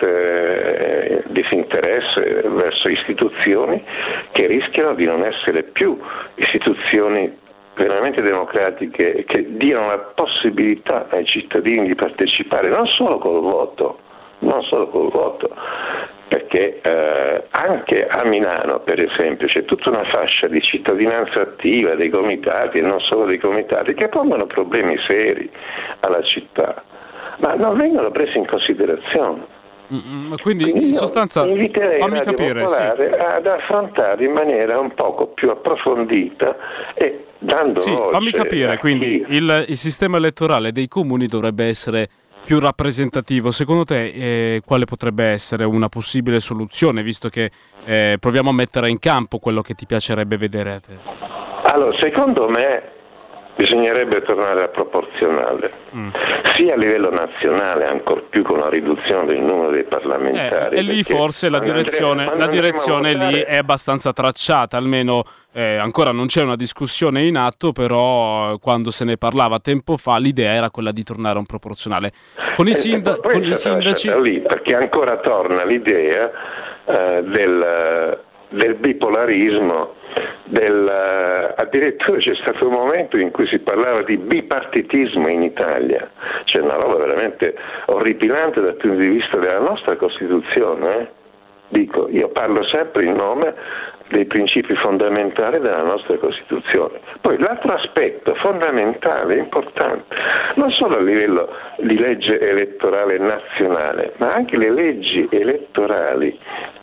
forte eh, disinteresse verso istituzioni che rischiano di non essere più istituzioni veramente democratiche, che diano la possibilità ai cittadini di partecipare non solo col voto, non solo col voto, perché eh, anche a Milano, per esempio, c'è tutta una fascia di cittadinanza attiva, dei comitati e non solo dei comitati, che pongono problemi seri alla città, ma non vengono presi in considerazione. Mm, quindi, quindi in sostanza inviterei fammi Radio capire, Popolare sì. ad affrontare in maniera un poco più approfondita e dando sì, voce fammi capire, a quindi chi... il, il sistema elettorale dei comuni dovrebbe essere più rappresentativo. Secondo te eh, quale potrebbe essere una possibile soluzione, visto che eh, proviamo a mettere in campo quello che ti piacerebbe vedere a te? Allora, secondo me bisognerebbe tornare al proporzionale, mm. sia a livello nazionale, ancor più con la riduzione del numero dei parlamentari. Eh, e lì forse la direzione, andremo, la direzione votare... lì è abbastanza tracciata, almeno eh, ancora non c'è una discussione in atto, però quando se ne parlava tempo fa l'idea era quella di tornare a un proporzionale. Con i, sinda- eh, con i sindaci... Lì, perché ancora torna l'idea eh, del, del bipolarismo. Del, addirittura c'è stato un momento in cui si parlava di bipartitismo in Italia, c'è una roba veramente orripilante dal punto di vista della nostra Costituzione, eh? Dico, io parlo sempre in nome dei principi fondamentali della nostra Costituzione. Poi l'altro aspetto fondamentale, importante, non solo a livello di legge elettorale nazionale, ma anche le leggi elettorali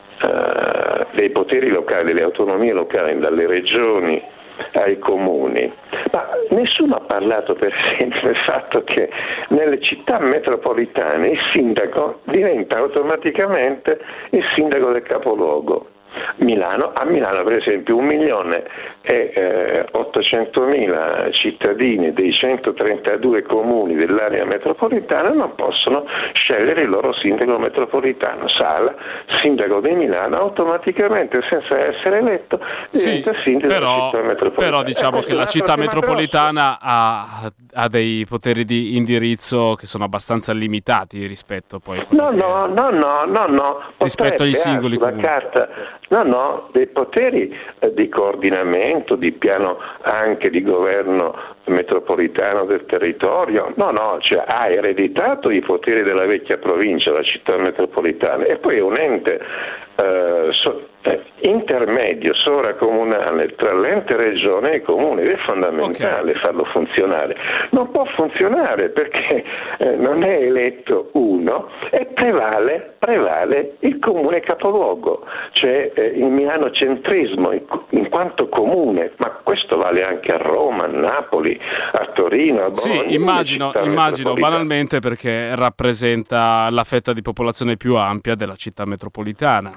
Uh, dei poteri locali, delle autonomie locali, dalle regioni ai comuni. Ma nessuno ha parlato, per esempio, del fatto che nelle città metropolitane il sindaco diventa automaticamente il sindaco del capoluogo. Milano, a Milano per esempio un milione e eh, ottocentomila cittadini dei centotrentadue comuni dell'area metropolitana non possono scegliere il loro sindaco metropolitano. Sala, sindaco di Milano, automaticamente senza essere eletto diventa sì, sindaco però, della città metropolitana. Però diciamo che la città metropolitana ha, ha dei poteri di indirizzo che sono abbastanza limitati rispetto poi no, no, no, no, no, no, rispetto agli singoli sulla comuni. Carta, no, no, dei poteri eh, di coordinamento, di piano anche di governo metropolitano del territorio, no, no, cioè ha ereditato i poteri della vecchia provincia, la città metropolitana, e poi è un ente eh, so, eh, intermedio, sovracomunale tra l'ente regione e i comuni, ed è fondamentale okay. farlo funzionare. Non può funzionare perché eh, non è eletto uno e prevale, prevale il comune capoluogo, cioè eh, il milanocentrismo in, in quanto comune, ma questo vale anche a Roma, a Napoli, a Torino, a Bologna. Sì, immagino, immagino banalmente perché rappresenta la fetta di popolazione più ampia della città metropolitana.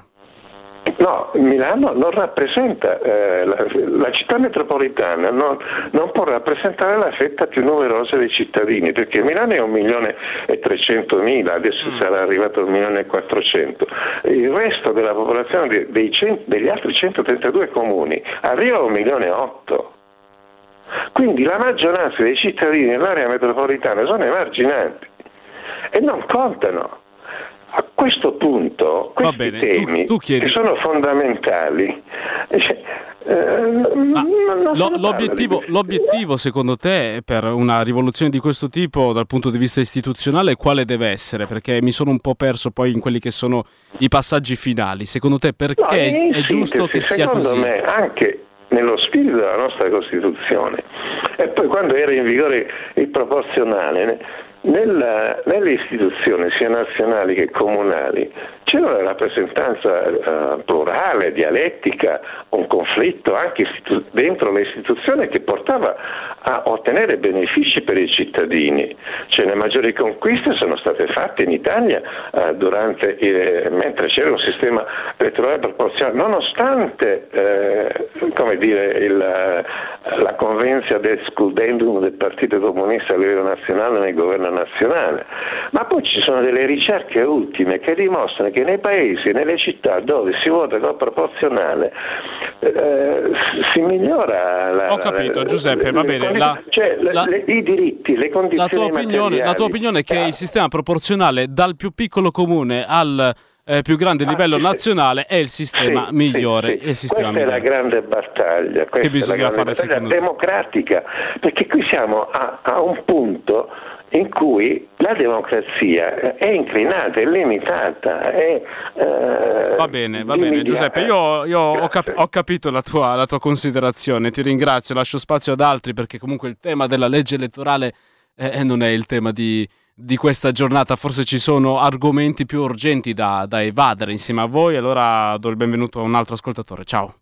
No, Milano non rappresenta, eh, la, la città metropolitana non, non può rappresentare la fetta più numerosa dei cittadini, perché Milano è un milione e trecentomila, adesso mm. sarà arrivato a un milione e quattrocento. Il resto della popolazione dei, dei cent, degli altri centotrentadue comuni arriva a un milione e otto. Quindi la maggioranza dei cittadini nell'area metropolitana sono emarginati e non contano. A questo punto questi bene, temi tu, tu chiedi... che sono fondamentali, cioè, Ma lo, l'obiettivo, l'obiettivo secondo te per una rivoluzione di questo tipo dal punto di vista istituzionale quale deve essere? Perché mi sono un po' perso poi in quelli che sono i passaggi finali. Secondo te perché no, è giusto che sia così? Secondo me anche nello spirito della nostra Costituzione e poi quando era in vigore il proporzionale nella, nelle istituzioni sia nazionali che comunali c'era una rappresentanza uh, plurale, dialettica, un conflitto anche istitu- dentro le istituzioni che portava a ottenere benefici per i cittadini. Cioè le maggiori conquiste sono state fatte in Italia uh, durante eh, mentre c'era un sistema elettorale proporzionale, nonostante eh, come dire, il, la convenza del excludendum del Partito Comunista a livello nazionale nel governo nazionale. Ma poi ci sono delle ricerche ultime che dimostrano che nei paesi, nelle città dove si vota con proporzionale eh, si migliora la, ho capito la, Giuseppe, le, va bene le, la, cioè, la, le, i diritti, le condizioni la tua opinione, materiali. La tua opinione è che il sistema proporzionale dal più piccolo comune al eh, più grande livello ah, sì, nazionale è il sistema sì, migliore. Sì, sì. Il sistema questa migliore. è la grande battaglia, questa che bisogna è la grande fare battaglia democratica, perché qui siamo a, a un punto in cui la democrazia è inclinata, è limitata, è eh, va bene, va bene Giuseppe, io, io ho, cap- ho capito la tua, la tua considerazione, ti ringrazio, lascio spazio ad altri perché comunque il tema della legge elettorale eh, non è il tema di, di questa giornata, forse ci sono argomenti più urgenti da, da evadere insieme a voi, allora do il benvenuto a un altro ascoltatore, ciao.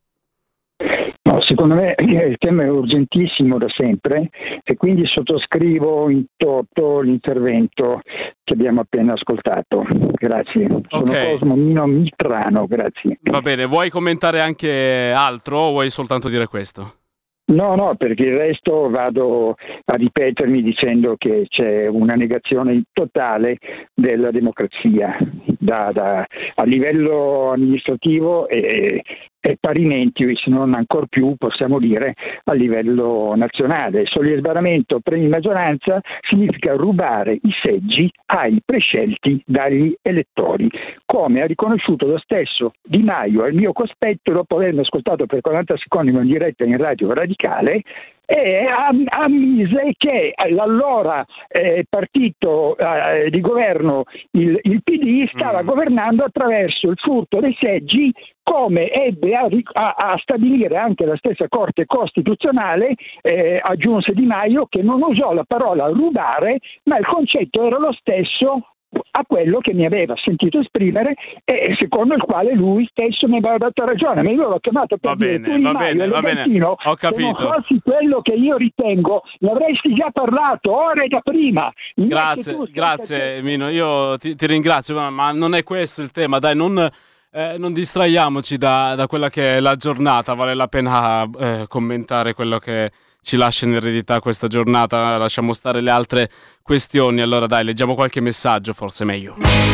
No, secondo me il tema è urgentissimo da sempre e quindi sottoscrivo in toto l'intervento che abbiamo appena ascoltato. Grazie. Sono okay. Cosmo Mino Mitrano, grazie. Va bene, vuoi commentare anche altro o vuoi soltanto dire questo? No, no, perché il resto vado a ripetermi dicendo che c'è una negazione totale della democrazia da, da, a livello amministrativo e, e parimenti, se non ancor più, possiamo dire, a livello nazionale. Sollievaramento premi maggioranza significa rubare i seggi ai prescelti dagli elettori, come ha riconosciuto lo stesso Di Maio al mio cospetto dopo avermi ascoltato per quaranta secondi in diretta in Radio Radicale e ammise che l'allora eh, partito eh, di governo, il, il P D, stava mm. governando attraverso il furto dei seggi, come ebbe a, a, a stabilire anche la stessa Corte Costituzionale, eh, aggiunse Di Maio, che non usò la parola rubare, ma il concetto era lo stesso a quello che mi aveva sentito esprimere e secondo il quale lui stesso mi aveva dato ragione, ma io l'ho chiamato per va dire bene, tu Di va Maio, bene, va bene, ho capito. Se non fossi quello che io ritengo ne avresti già parlato ora e da prima. Grazie, grazie che... Mino, io ti, ti ringrazio, ma, ma non è questo il tema, dai, non, eh, non distraiamoci da, da quella che è la giornata, vale la pena eh, commentare quello che ci lascia in eredità questa giornata, lasciamo stare le altre questioni. Allora dai, leggiamo qualche messaggio, forse meglio.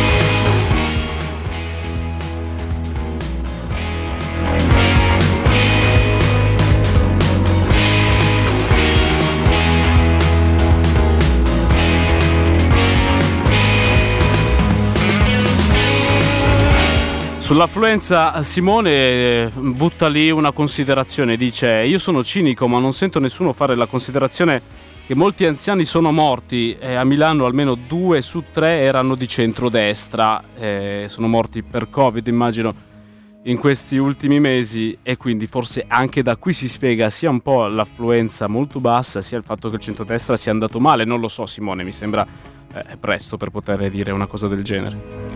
Sull'affluenza Simone butta lì una considerazione, dice: io sono cinico ma non sento nessuno fare la considerazione che molti anziani sono morti, eh, a Milano almeno due su tre erano di centrodestra, eh, sono morti per Covid immagino in questi ultimi mesi e quindi forse anche da qui si spiega sia un po' l'affluenza molto bassa sia il fatto che il centrodestra sia andato male, non lo so Simone, mi sembra eh, presto per poter dire una cosa del genere.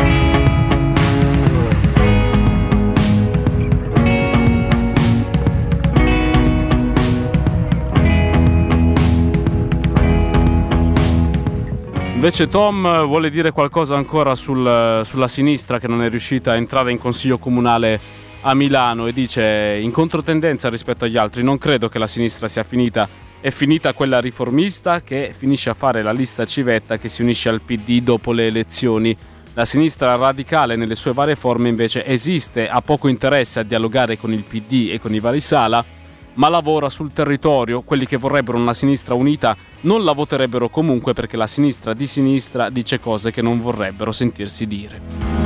Invece Tom vuole dire qualcosa ancora sul, sulla sinistra che non è riuscita a entrare in consiglio comunale a Milano e dice: in controtendenza rispetto agli altri, non credo che la sinistra sia finita, è finita quella riformista che finisce a fare la lista civetta che si unisce al P D dopo le elezioni. La sinistra radicale nelle sue varie forme invece esiste, ha poco interesse a dialogare con il P D e con i vari Sala, ma lavora sul territorio. Quelli che vorrebbero una sinistra unita non la voterebbero comunque perché la sinistra di sinistra dice cose che non vorrebbero sentirsi dire.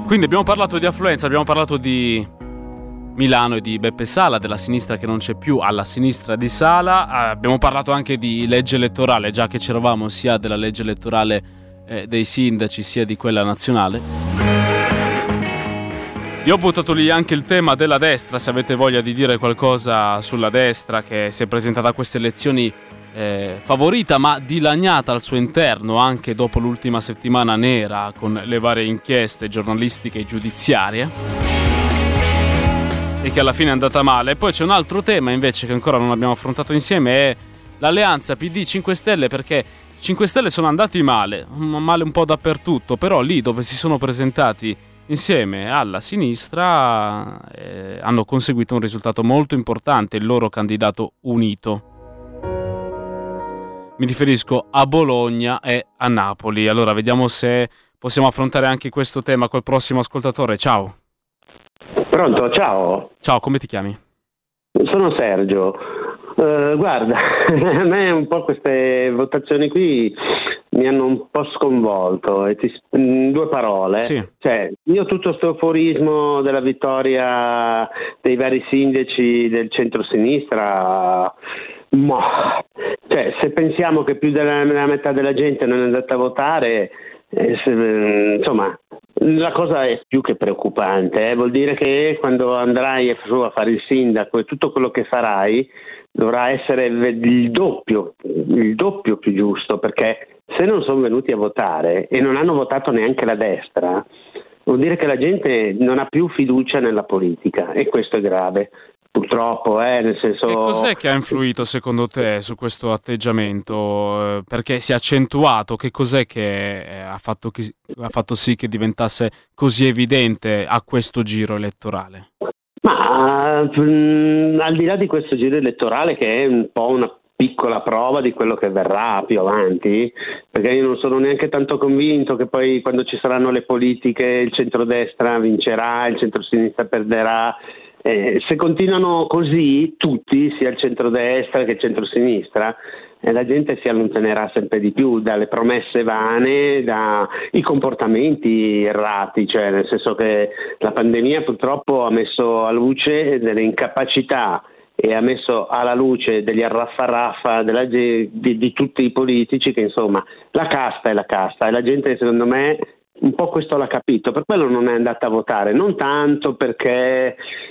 Quindi abbiamo parlato di affluenza, abbiamo parlato di Milano e di Beppe Sala, della sinistra che non c'è più alla sinistra di Sala. Abbiamo parlato anche di legge elettorale, già che c'eravamo, sia della legge elettorale eh, dei sindaci sia di quella nazionale. Io ho buttato lì anche il tema della destra, se avete voglia di dire qualcosa sulla destra che si è presentata a queste elezioni eh, favorita ma dilaniata al suo interno anche dopo l'ultima settimana nera con le varie inchieste giornalistiche e giudiziarie e che alla fine è andata male. E poi c'è un altro tema invece che ancora non abbiamo affrontato insieme, è l'alleanza P D cinque Stelle, perché cinque Stelle sono andati male, male un po' dappertutto, però lì dove si sono presentati insieme alla sinistra eh, hanno conseguito un risultato molto importante, il loro candidato unito. Mi riferisco a Bologna e a Napoli. Allora vediamo se possiamo affrontare anche questo tema col prossimo ascoltatore. Ciao. Pronto, ciao. Ciao, come ti chiami? Sono Sergio. Uh, guarda, a me un po' queste votazioni qui mi hanno un po' sconvolto, e ti, in due parole. Sì. Cioè, io tutto sto euforismo della vittoria dei vari sindaci del centro-sinistra, ma cioè, se pensiamo che più della, della metà della gente non è andata a votare, eh, se, insomma, la cosa è più che preoccupante. Eh. Vuol dire che quando andrai a fare il sindaco e tutto quello che farai dovrà essere il doppio, il doppio più giusto, perché se non sono venuti a votare e non hanno votato neanche la destra, vuol dire che la gente non ha più fiducia nella politica, e questo è grave, purtroppo, eh, nel senso... E cos'è che ha influito secondo te su questo atteggiamento? Perché si è accentuato, che cos'è che ha fatto, chi... ha fatto sì che diventasse così evidente a questo giro elettorale? Ma mh, al di là di questo giro elettorale, che è un po' una piccola prova di quello che verrà più avanti, perché io non sono neanche tanto convinto che poi quando ci saranno le politiche il centrodestra vincerà, il centrosinistra perderà. Eh, se continuano così tutti, sia il centrodestra che il centrosinistra, eh, la gente si allontanerà sempre di più dalle promesse vane, dai comportamenti errati, cioè nel senso che la pandemia purtroppo ha messo a luce delle incapacità e ha messo alla luce degli arraffaraffa della, di, di tutti i politici, che insomma la casta è la casta, e la gente secondo me un po' questo l'ha capito, per quello non è andata a votare, non tanto perché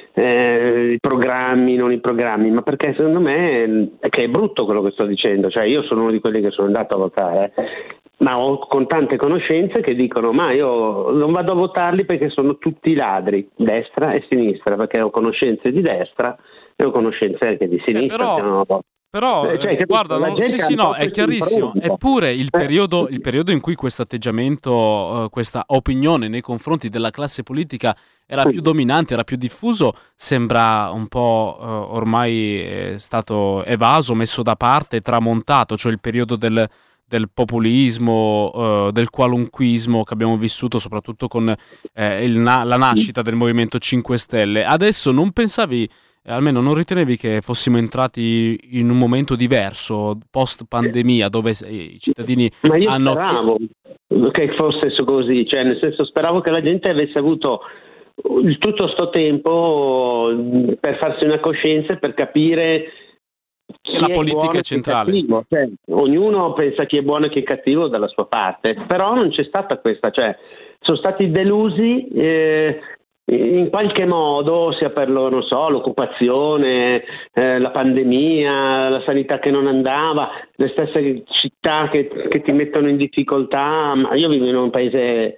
eh, i programmi, non i programmi, ma perché secondo me è che è brutto quello che sto dicendo, cioè io sono uno di quelli che sono andato a votare, ma ho con tante conoscenze che dicono ma io non vado a votarli perché sono tutti ladri, destra e sinistra, perché ho conoscenze di destra e ho conoscenze anche di sinistra. Eh, però... no? Però, eh, cioè, guarda, no, sì, sì, no, è chiarissimo. Eppure il periodo, il periodo in cui questo atteggiamento, uh, questa opinione nei confronti della classe politica era più dominante, era più diffuso, sembra un po' uh, ormai è stato evaso, messo da parte, tramontato, cioè il periodo del, del populismo, uh, del qualunquismo che abbiamo vissuto soprattutto con eh, il na- la nascita del Movimento cinque Stelle. Adesso non pensavi... almeno non ritenevi che fossimo entrati in un momento diverso, post pandemia, dove i cittadini Ma io hanno... speravo che fosse così, cioè nel senso speravo che la gente avesse avuto tutto sto tempo per farsi una coscienza e per capire che la politica è centrale. Cioè, ognuno pensa chi è buono e chi è cattivo dalla sua parte, però non c'è stata questa, cioè sono stati delusi eh, in qualche modo, sia per lo, non so, l'occupazione, eh, la pandemia, la sanità che non andava, le stesse città che, che ti mettono in difficoltà. Io vivo in un paese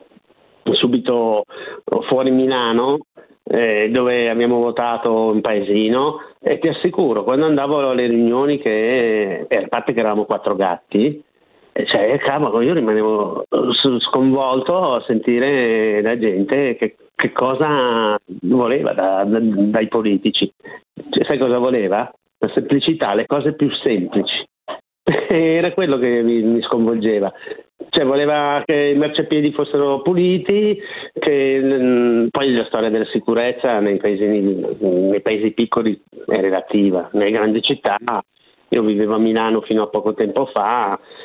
subito fuori Milano, eh, dove abbiamo votato un paesino, e ti assicuro, quando andavo alle riunioni, che a parte che eravamo quattro gatti, cioè cavolo, io rimanevo sconvolto a sentire la gente che, che cosa voleva da, da, dai politici. Cioè, sai cosa voleva? La semplicità, le cose più semplici. Era quello che mi, mi sconvolgeva. Cioè voleva che i marciapiedi fossero puliti, che mh, poi la storia della sicurezza nei paesi, nei paesi piccoli è relativa, nelle grandi città. Io vivevo a Milano fino a poco tempo fa,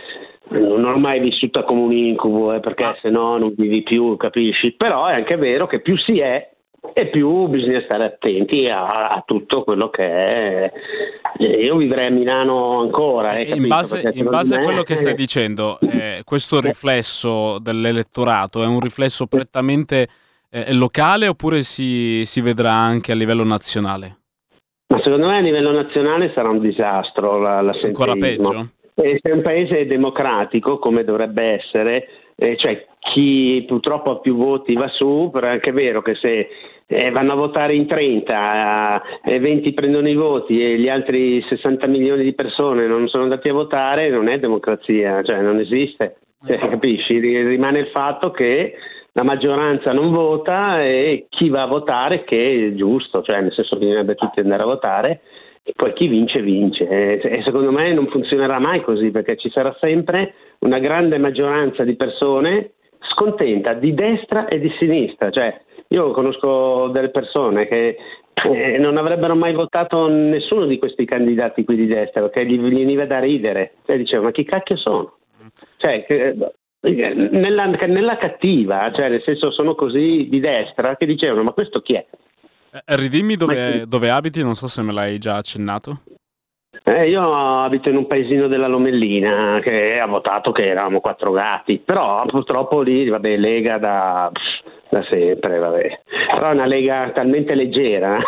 non ho mai vissuta come un incubo, eh, perché ah. se no non vivi più, capisci? Però è anche vero che più si è e più bisogna stare attenti a, a tutto quello che è. Io vivrei a Milano ancora. Eh, in base, in base a quello che stai dicendo, eh, questo riflesso dell'elettorato è un riflesso prettamente eh, locale oppure si, si vedrà anche a livello nazionale? Ma secondo me a livello nazionale sarà un disastro l'assenteismo. Ancora peggio? E se un paese democratico, come dovrebbe essere, eh, cioè chi purtroppo ha più voti va su, però è anche vero che se eh, vanno a votare in trenta e eh, venti prendono i voti e gli altri sessanta milioni di persone non sono andati a votare, non è democrazia, cioè non esiste, cioè, capisci? Rimane il fatto che la maggioranza non vota e chi va a votare, che è giusto, cioè nel senso che bisognerebbe tutti andare a votare, e poi chi vince vince, e secondo me non funzionerà mai così, perché ci sarà sempre una grande maggioranza di persone scontenta di destra e di sinistra. Cioè io conosco delle persone che eh, non avrebbero mai votato nessuno di questi candidati qui di destra, perché gli veniva da ridere, cioè dicevo ma chi cacchio sono? Cioè eh, nella, nella cattiva, cioè nel senso sono così di destra che dicevano ma questo chi è? Eh, ridimmi dove, dove abiti, non so se me l'hai già accennato. Eh, io abito in un paesino della Lomellina che ha votato che eravamo quattro gatti, però purtroppo lì, vabbè, Lega da, da sempre, vabbè. Però è una Lega talmente leggera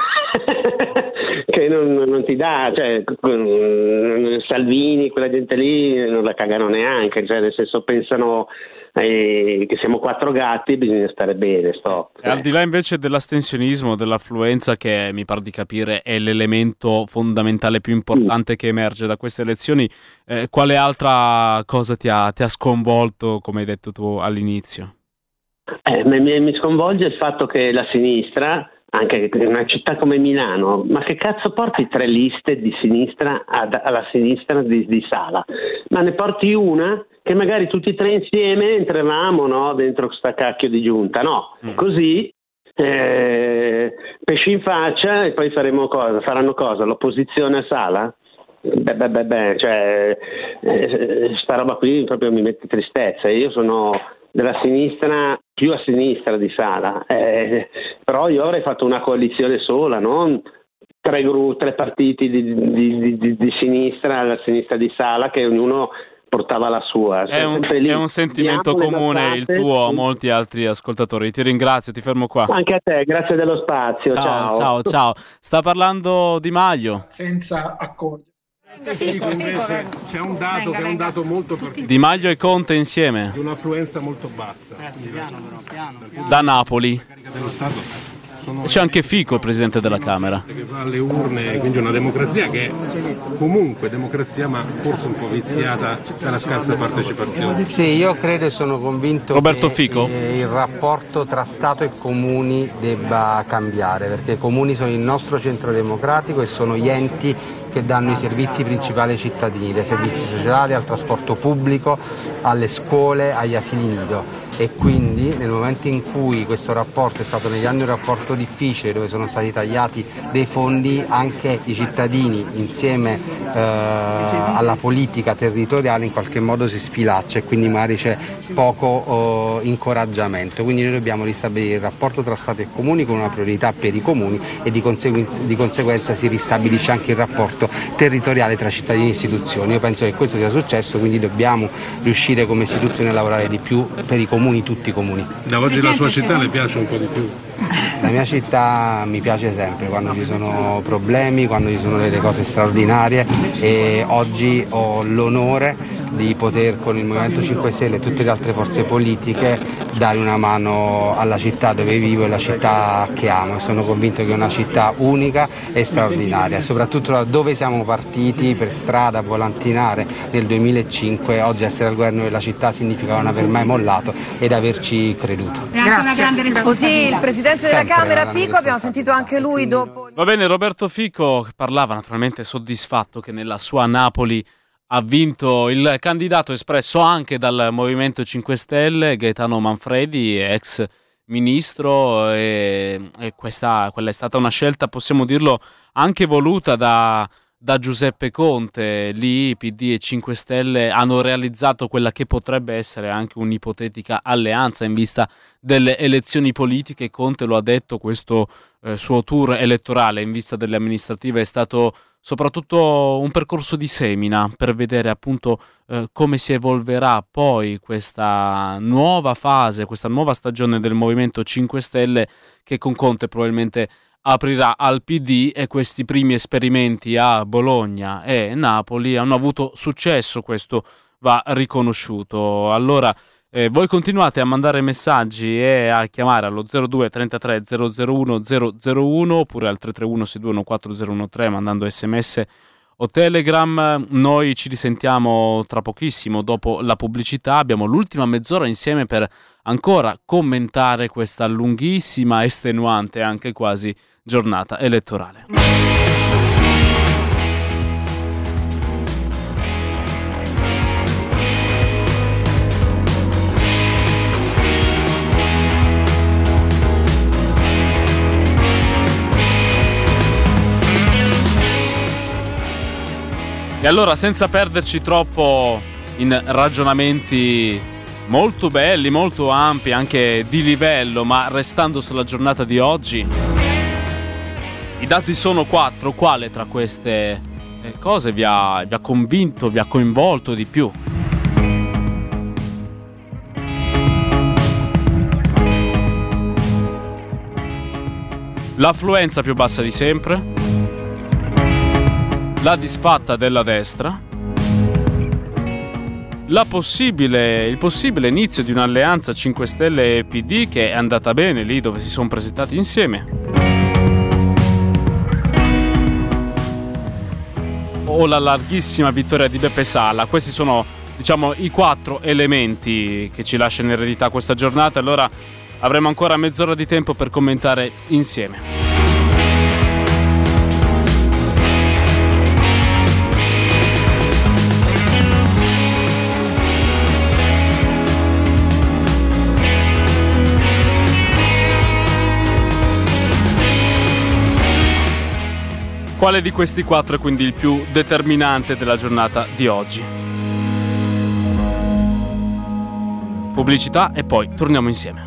che non, non ti dà, cioè Salvini, quella gente lì non la cagano neanche, cioè nel senso pensano eh, che siamo quattro gatti e bisogna stare bene, stop. E al di là invece dell'astensionismo, dell'affluenza, che mi pare di capire è l'elemento fondamentale più importante mm. che emerge da queste elezioni, eh, quale altra cosa ti ha, ti ha sconvolto, come hai detto tu all'inizio? Eh, mi, mi sconvolge il fatto che la sinistra, anche in una città come Milano, ma che cazzo porti tre liste di sinistra ad, alla sinistra di, di Sala? Ma ne porti una che magari tutti e tre insieme entravamo, no, dentro sta cacchio di giunta, no? Mm. Così eh, pesci in faccia e poi faremo cosa? Faranno cosa? L'opposizione a Sala? Beh, beh, beh, beh cioè eh, sta roba qui proprio mi mette tristezza. Io sono della sinistra, più a sinistra di Sala, eh, però io avrei fatto una coalizione sola, non tre, gru- tre partiti di, di, di, di sinistra, la sinistra di Sala, che ognuno portava la sua. È un, è un sentimento comune il tuo a molti altri ascoltatori. Ti ringrazio, ti fermo qua. Anche a te, grazie dello spazio. Ciao, ciao, ciao, ciao. Sta parlando Di Maio. Senza accordi. Dico invece c'è un dato che è un dato molto particolare. Di Maio e Conte insieme. Di un'affluenza molto bassa. Da Napoli. E c'è anche Fico, il presidente della Camera. Che va alle urne, quindi una democrazia che è comunque democrazia, ma forse un po' viziata dalla scarsa partecipazione. Sì, io credo e sono convinto Roberto che Fico? il rapporto tra Stato e comuni debba cambiare, perché i comuni sono il nostro centro democratico e sono gli enti che danno i servizi principali ai cittadini, dai servizi sociali al trasporto pubblico, alle scuole, agli asili nido. E quindi nel momento in cui questo rapporto è stato negli anni un rapporto difficile, dove sono stati tagliati dei fondi, anche i cittadini insieme eh, alla politica territoriale in qualche modo si sfilaccia e quindi magari c'è poco eh, incoraggiamento. Quindi noi dobbiamo ristabilire il rapporto tra Stato e comuni con una priorità per i comuni e di, consegu- di conseguenza si ristabilisce anche il rapporto territoriale tra cittadini e istituzioni. Io penso che questo sia successo, quindi dobbiamo riuscire come istituzione a lavorare di più per i comuni, tutti i comuni. Da oggi la sua città le piace un po' di più? La mia città mi piace sempre, quando ci sono problemi, quando ci sono delle cose straordinarie, e oggi ho l'onore di poter con il Movimento cinque Stelle e tutte le altre forze politiche dare una mano alla città dove vivo e la città che amo, e sono convinto che è una città unica e straordinaria, soprattutto da dove siamo partiti per strada a volantinare nel duemilacinque. Oggi essere al governo della città significa non aver mai mollato ed averci creduto. Grazie. Così il presidente della Sempre Camera una Fico, abbiamo sentito anche lui dopo. Va bene, Roberto Fico parlava naturalmente soddisfatto che nella sua Napoli ha vinto il candidato espresso anche dal Movimento cinque Stelle, Gaetano Manfredi, ex ministro, e, e questa quella è stata una scelta, possiamo dirlo, anche voluta da, da Giuseppe Conte. Lì P D e cinque Stelle hanno realizzato quella che potrebbe essere anche un'ipotetica alleanza in vista delle elezioni politiche. Conte lo ha detto, questo eh, suo tour elettorale in vista delle amministrative è stato soprattutto un percorso di semina per vedere appunto eh, come si evolverà poi questa nuova fase, questa nuova stagione del Movimento cinque Stelle, che con Conte probabilmente aprirà al P D, e questi primi esperimenti a Bologna e Napoli hanno avuto successo, questo va riconosciuto. Allora eh, voi continuate a mandare messaggi e a chiamare allo zero due trentatré zero zero uno zero zero uno oppure al tre tre uno sei due uno quattro zero uno tre mandando sms o Telegram. Noi ci risentiamo tra pochissimo dopo la pubblicità, abbiamo l'ultima mezz'ora insieme per ancora commentare questa lunghissima, estenuante anche quasi giornata elettorale. E allora, senza perderci troppo in ragionamenti molto belli, molto ampi, anche di livello, ma restando sulla giornata di oggi, i dati sono quattro. Quale tra queste cose vi ha, vi ha convinto, vi ha coinvolto di più? L'affluenza più bassa di sempre, la disfatta della destra, la possibile, il possibile inizio di un'alleanza cinque Stelle e P D che è andata bene lì dove si sono presentati insieme, o la larghissima vittoria di Beppe Sala. Questi sono, diciamo, i quattro elementi che ci lascia in eredità questa giornata. Allora avremo ancora mezz'ora di tempo per commentare insieme. Quale di questi quattro è quindi il più determinante della giornata di oggi? Pubblicità e poi torniamo insieme.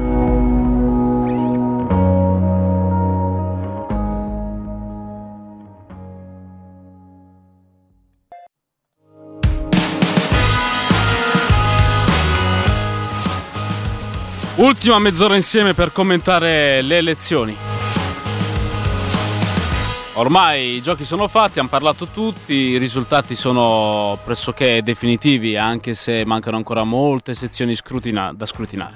Ultima mezz'ora insieme per commentare le elezioni. Ormai i giochi sono fatti, hanno parlato tutti, i risultati sono pressoché definitivi, anche se mancano ancora molte sezioni scrutina- da scrutinare.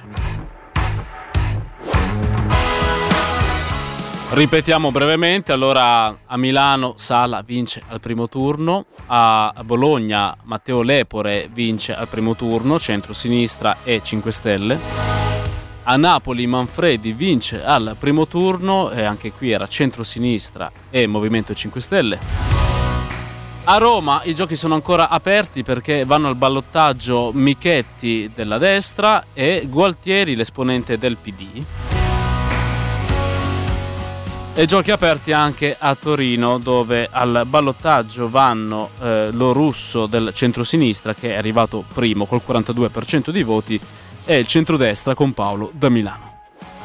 Ripetiamo brevemente, allora a Milano Sala vince al primo turno, a Bologna Matteo Lepore vince al primo turno, centro-sinistra e cinque Stelle. A Napoli Manfredi vince al primo turno e anche qui era centro-sinistra e Movimento cinque Stelle. A Roma i giochi sono ancora aperti perché vanno al ballottaggio Michetti della destra e Gualtieri, l'esponente del P D. E giochi aperti anche a Torino, dove al ballottaggio vanno eh, Lo Russo del centro-sinistra, che è arrivato primo col quarantadue per cento di voti, e il centrodestra con Paolo da Milano.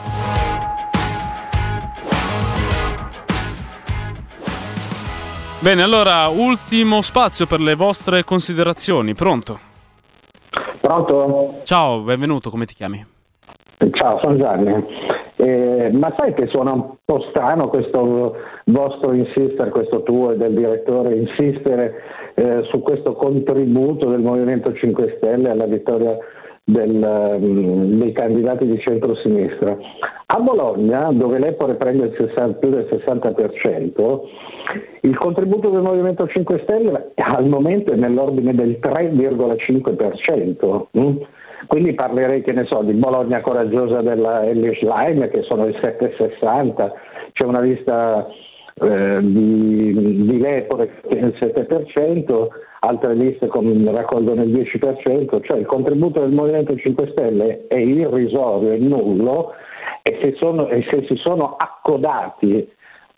Bene, allora ultimo spazio per le vostre considerazioni. Pronto? Pronto? Ciao, benvenuto, come ti chiami? Ciao, sono Gianni. Eh, ma sai che suona un po' strano questo vostro insistere, questo tuo e del direttore insistere eh, su questo contributo del Movimento cinque Stelle alla vittoria Del, um, dei candidati di centrosinistra. A Bologna, dove Lepore prende il sessanta, più del sessanta per cento, il contributo del Movimento cinque Stelle al momento è nell'ordine del tre virgola cinque per cento. Mm? Quindi parlerei, che ne so, di Bologna coraggiosa della Ellie Schlein, che sono il sette virgola sessanta, c'è una lista eh, di, di Lepore che è il sette per cento, altre liste con, raccolgono il dieci per cento, cioè il contributo del Movimento cinque Stelle è irrisorio, è nullo, e se, sono, e se si sono accodati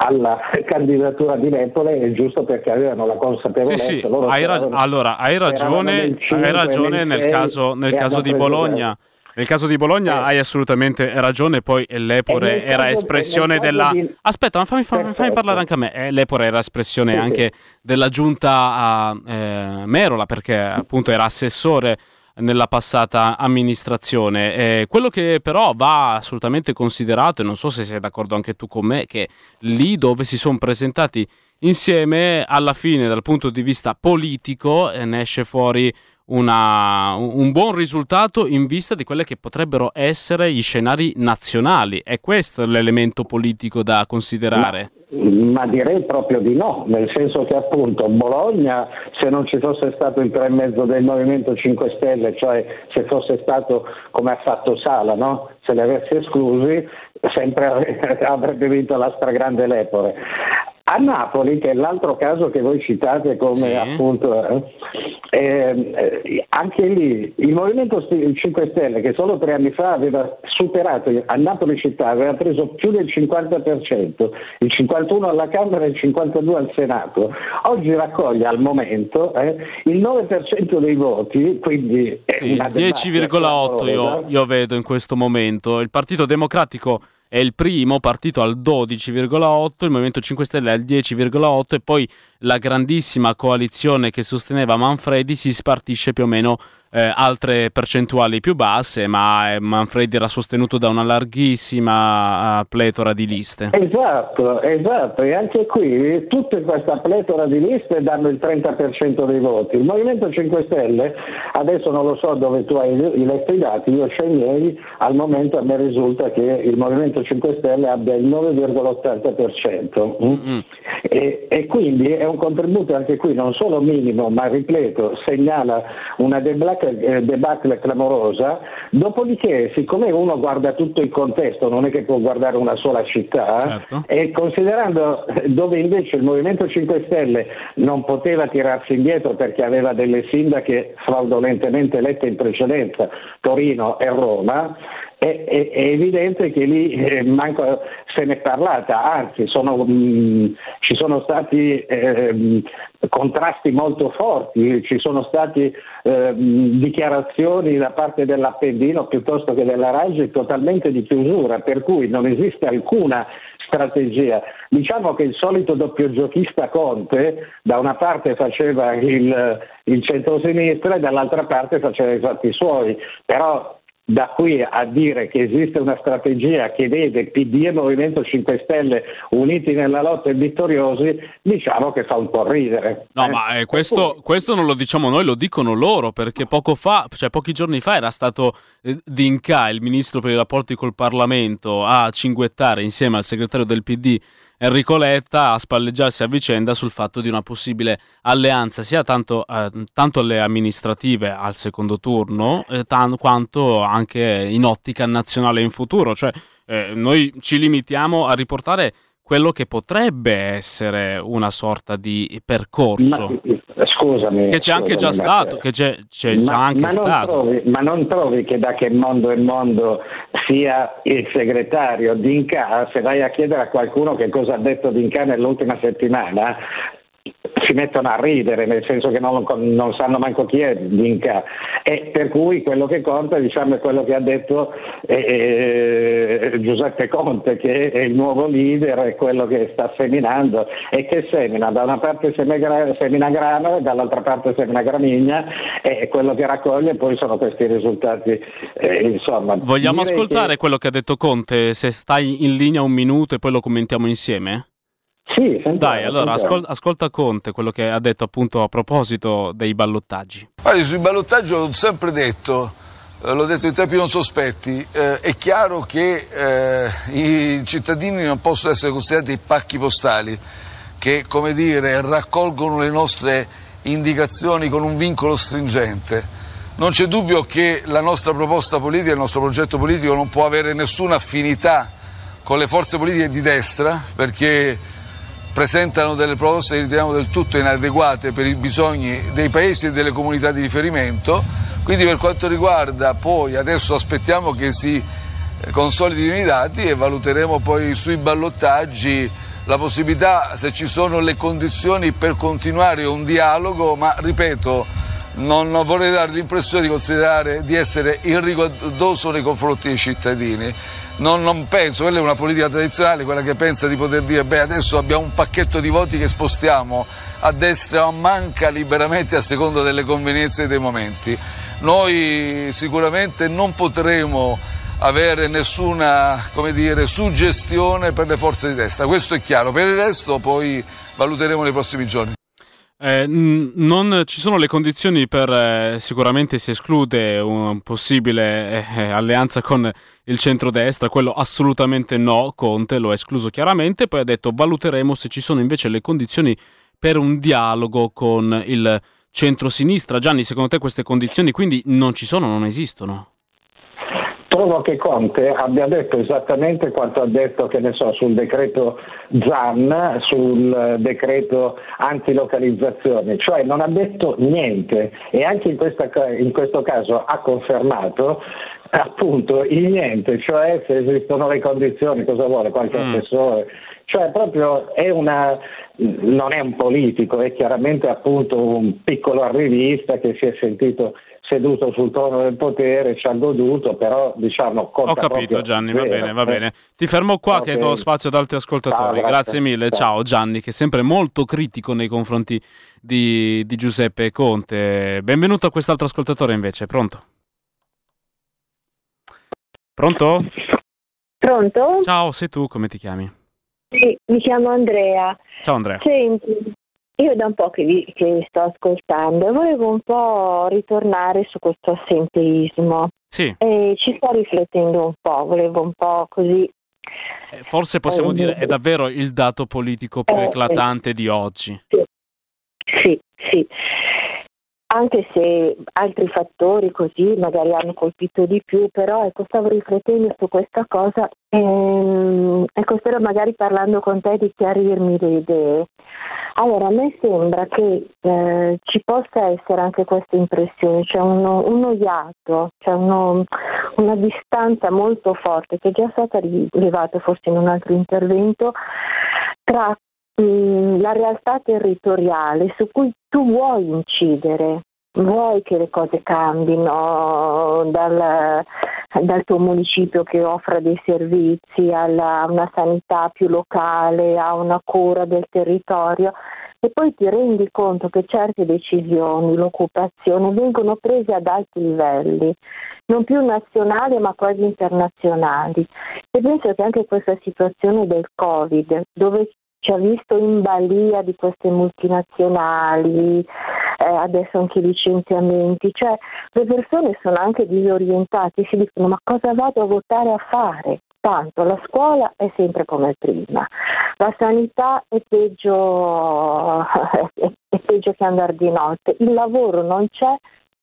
alla candidatura di Lepore è giusto perché avevano la consapevolezza. Sì, sì, loro hai rag- speravano, allora hai ragione, hai ragione nel caso, nel caso di Bologna. Nel caso di Bologna eh. hai assolutamente ragione, poi Lepore era caso, espressione della... Di... Aspetta, ma fammi, fammi, fammi parlare anche a me. Eh, Lepore era espressione sì, anche sì. della giunta a eh, Merola, perché appunto era assessore nella passata amministrazione. Eh, quello che però va assolutamente considerato, e non so se sei d'accordo anche tu con me, che lì dove si sono presentati insieme, alla fine dal punto di vista politico eh, ne esce fuori Una, un buon risultato in vista di quelle che potrebbero essere gli scenari nazionali. È questo l'elemento politico da considerare? Ma, ma direi proprio di no, nel senso che appunto Bologna, se non ci fosse stato il tre e mezzo del Movimento cinque Stelle, cioè se fosse stato come ha fatto Sala, no? Se li avesse esclusi, sempre avrebbe vinto la stragrande Lepore. A Napoli, che è l'altro caso che voi citate come sì. appunto eh, eh, anche lì il Movimento cinque Stelle, che solo tre anni fa aveva superato a Napoli città, aveva preso più del cinquanta per cento, il cinquantuno alla Camera e il cinquantadue al Senato, oggi raccoglie al momento eh, il nove per cento dei voti, quindi è sì, una dieci virgola otto io, io vedo in questo momento. Il Partito Democratico è il primo partito al dodici virgola otto, il Movimento cinque Stelle al dieci virgola otto e poi la grandissima coalizione che sosteneva Manfredi si spartisce più o meno eh, altre percentuali più basse, ma eh, Manfredi era sostenuto da una larghissima uh, pletora di liste. Esatto, esatto, e anche qui tutta questa pletora di liste danno il trenta per cento dei voti. Il Movimento cinque Stelle, adesso non lo so dove tu hai letto i dati, io c'ho i miei, al momento a me risulta che il Movimento cinque Stelle abbia il nove virgola ottanta per cento mm. e, e quindi è un contributo anche qui non solo minimo, ma ripeto, segnala una debacle, eh, debacle clamorosa. Dopodiché, siccome uno guarda tutto il contesto, non è che può guardare una sola città, certo. E considerando dove invece il Movimento cinque Stelle non poteva tirarsi indietro perché aveva delle sindache fraudolentemente elette in precedenza, Torino e Roma, È, è, è evidente che lì eh, manco se n'è parlata, anzi sono, mh, ci sono stati eh, contrasti molto forti, ci sono stati eh, dichiarazioni da parte dell'Appendino piuttosto che della Raggi totalmente di chiusura, per cui non esiste alcuna strategia. Diciamo che il solito doppiogiochista Conte da una parte faceva il, il centrosinistra e dall'altra parte faceva i fatti suoi, però da qui a dire che esiste una strategia che vede P D e Movimento cinque Stelle uniti nella lotta e vittoriosi, diciamo che fa un po' ridere. No, eh? ma eh, questo, questo non lo diciamo noi, lo dicono loro, perché poco fa, cioè pochi giorni fa era stato eh, D'Incà, il ministro per i rapporti col Parlamento, a cinguettare insieme al segretario del P D Enrico Letta, a spalleggiarsi a vicenda sul fatto di una possibile alleanza sia tanto, eh, tanto alle amministrative al secondo turno eh, tan- quanto anche in ottica nazionale in futuro. Cioè eh, noi ci limitiamo a riportare quello che potrebbe essere una sorta di percorso. Ma, scusami. Che c'è scusami, anche già stato, che c'è, c'è ma, già anche ma stato. Trovi, ma non trovi che da che mondo è mondo sia il segretario D'Incà, se vai a chiedere a qualcuno che cosa ha detto D'Incà nell'ultima settimana, si mettono a ridere, nel senso che non, non sanno manco chi è D'Incà, e per cui quello che conta, diciamo, è quello che ha detto eh, Giuseppe Conte, che è il nuovo leader, è quello che sta seminando e che semina, da una parte semina, semina grano e dall'altra parte semina gramigna, e quello che raccoglie poi sono questi risultati. Eh, insomma, vogliamo ascoltare che... quello che ha detto Conte, se stai in linea un minuto e poi lo commentiamo insieme? Sì, sentiamo, dai, allora sentiamo. ascolta, ascolta Conte, quello che ha detto appunto a proposito dei ballottaggi. Guardi, sui ballottaggi ho sempre detto, eh, l'ho detto in tempi non sospetti, eh, è chiaro che eh, i cittadini non possono essere considerati pacchi postali che, come dire, raccolgono le nostre indicazioni con un vincolo stringente. Non c'è dubbio che la nostra proposta politica, il nostro progetto politico non può avere nessuna affinità con le forze politiche di destra, perché presentano delle proposte che riteniamo del tutto inadeguate per i bisogni dei paesi e delle comunità di riferimento. Quindi per quanto riguarda poi, adesso aspettiamo che si consolidino i dati e valuteremo poi sui ballottaggi la possibilità, se ci sono le condizioni per continuare un dialogo, ma ripeto, non vorrei dare l'impressione di considerare di essere irriguardoso nei confronti dei cittadini. Non, non penso, quella è una politica tradizionale, quella che pensa di poter dire beh adesso abbiamo un pacchetto di voti che spostiamo a destra o a manca liberamente a seconda delle convenienze e dei momenti. Noi sicuramente non potremo avere nessuna, come dire, suggestione per le forze di destra, questo è chiaro, per il resto poi valuteremo nei prossimi giorni. Eh, non ci sono le condizioni per, eh, sicuramente si esclude una possibile eh, alleanza con il centrodestra, quello assolutamente no, Conte lo ha escluso chiaramente, poi ha detto valuteremo se ci sono invece le condizioni per un dialogo con il centrosinistra. Gianni, secondo te queste condizioni quindi non ci sono, non esistono? Trovo che Conte abbia detto esattamente quanto ha detto, che ne so, sul decreto Zan, sul decreto antilocalizzazione, cioè non ha detto niente, e anche in, questa, in questo caso ha confermato appunto il niente, cioè se esistono le condizioni, cosa vuole qualche mm. assessore, cioè proprio è una, non è un politico, è chiaramente appunto un piccolo arrivista che si è sentito seduto sul trono del potere, ci ha goduto, però diciamo conta. Ho capito Gianni, va bene, va bene. Ti fermo qua okay. Che do spazio ad altri ascoltatori. Ciao, grazie. grazie mille, ciao. ciao Gianni, che è sempre molto critico nei confronti di, di Giuseppe Conte. Benvenuto a quest'altro ascoltatore invece, pronto? Pronto? Pronto? Ciao, sei tu, come ti chiami? Sì, mi chiamo Andrea. Ciao Andrea. Senti, io da un po' che, vi, che sto ascoltando e volevo un po' ritornare su questo assenteismo. Sì. E ci sto riflettendo un po', volevo un po' così. Eh, forse possiamo eh, dire è davvero il dato politico più eh, eclatante eh. di oggi. Sì, sì, sì. Anche se altri fattori così magari hanno colpito di più, però ecco, stavo riflettendo su questa cosa e ecco, spero magari parlando con te di chiarirmi le idee. Allora, a me sembra che eh, ci possa essere anche questa impressione, cioè uno, uno iato, cioè uno, una distanza molto forte che è già stata rilevata forse in un altro intervento tra la realtà territoriale su cui tu vuoi incidere, vuoi che le cose cambino dal, dal tuo municipio che offra dei servizi alla una sanità più locale, a una cura del territorio, e poi ti rendi conto che certe decisioni, l'occupazione, vengono prese ad alti livelli, non più nazionali ma quasi internazionali. E penso che anche questa situazione del Covid, dove ci ha visto in balia di queste multinazionali, eh, adesso anche i licenziamenti, cioè le persone sono anche disorientate, si dicono ma cosa vado a votare a fare? Tanto la scuola è sempre come prima, la sanità è peggio, è, è peggio che andare di notte, il lavoro non c'è.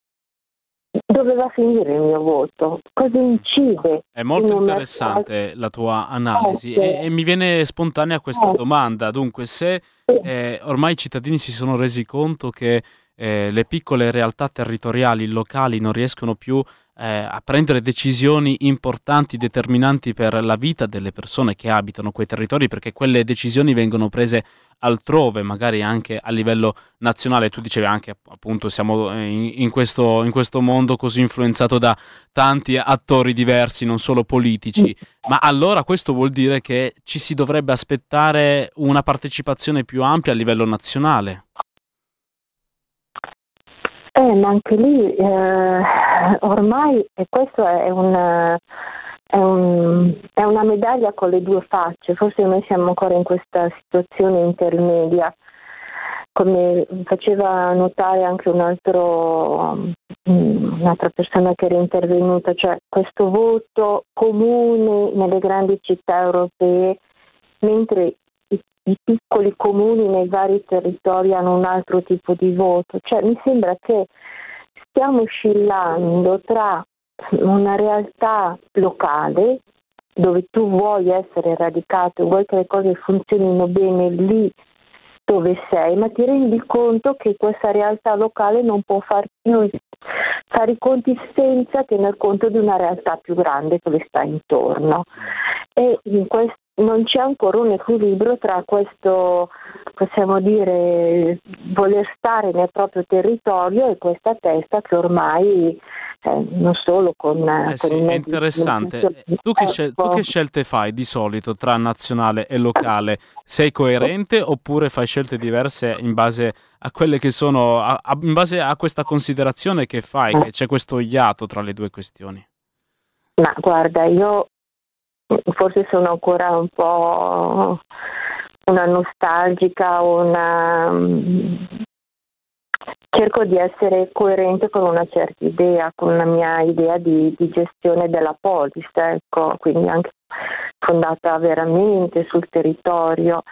Dove va a finire il mio voto? Cosa incide? È molto interessante mercato? La tua analisi eh, e, e mi viene spontanea questa eh. domanda. Dunque, se eh, ormai i cittadini si sono resi conto che eh, le piccole realtà territoriali locali non riescono più eh, a prendere decisioni importanti, determinanti per la vita delle persone che abitano quei territori, perché quelle decisioni vengono prese altrove, magari anche a livello nazionale. Tu dicevi anche appunto siamo in, in, questo, in questo mondo così influenzato da tanti attori diversi, non solo politici, ma allora questo vuol dire che ci si dovrebbe aspettare una partecipazione più ampia a livello nazionale. Eh, ma anche lì eh, ormai, e questo è un È, un, è una medaglia con le due facce, forse noi siamo ancora in questa situazione intermedia, come faceva notare anche un altro, un'altra persona che era intervenuta, cioè questo voto comune nelle grandi città europee, mentre i, i piccoli comuni nei vari territori hanno un altro tipo di voto, cioè mi sembra che stiamo oscillando tra una realtà locale dove tu vuoi essere radicato, vuoi che le cose funzionino bene lì dove sei, ma ti rendi conto che questa realtà locale non può far più fare i conti senza tener conto di una realtà più grande che le sta intorno. E in questo non c'è ancora un equilibrio tra questo, possiamo dire, voler stare nel proprio territorio e questa testa che ormai eh, non solo con, Eh sì, con i è mezzi interessante. di Tu che, scel- tu che scelte fai di solito tra nazionale e locale? Sei coerente oppure fai scelte diverse in base a quelle che sono, a- a- in base a questa considerazione che fai, che c'è questo iato tra le due questioni? Ma guarda, io forse sono ancora un po' una nostalgica, una cerco di essere coerente con una certa idea, con la mia idea di, di gestione della polis, ecco, quindi anche fondata veramente sul territorio.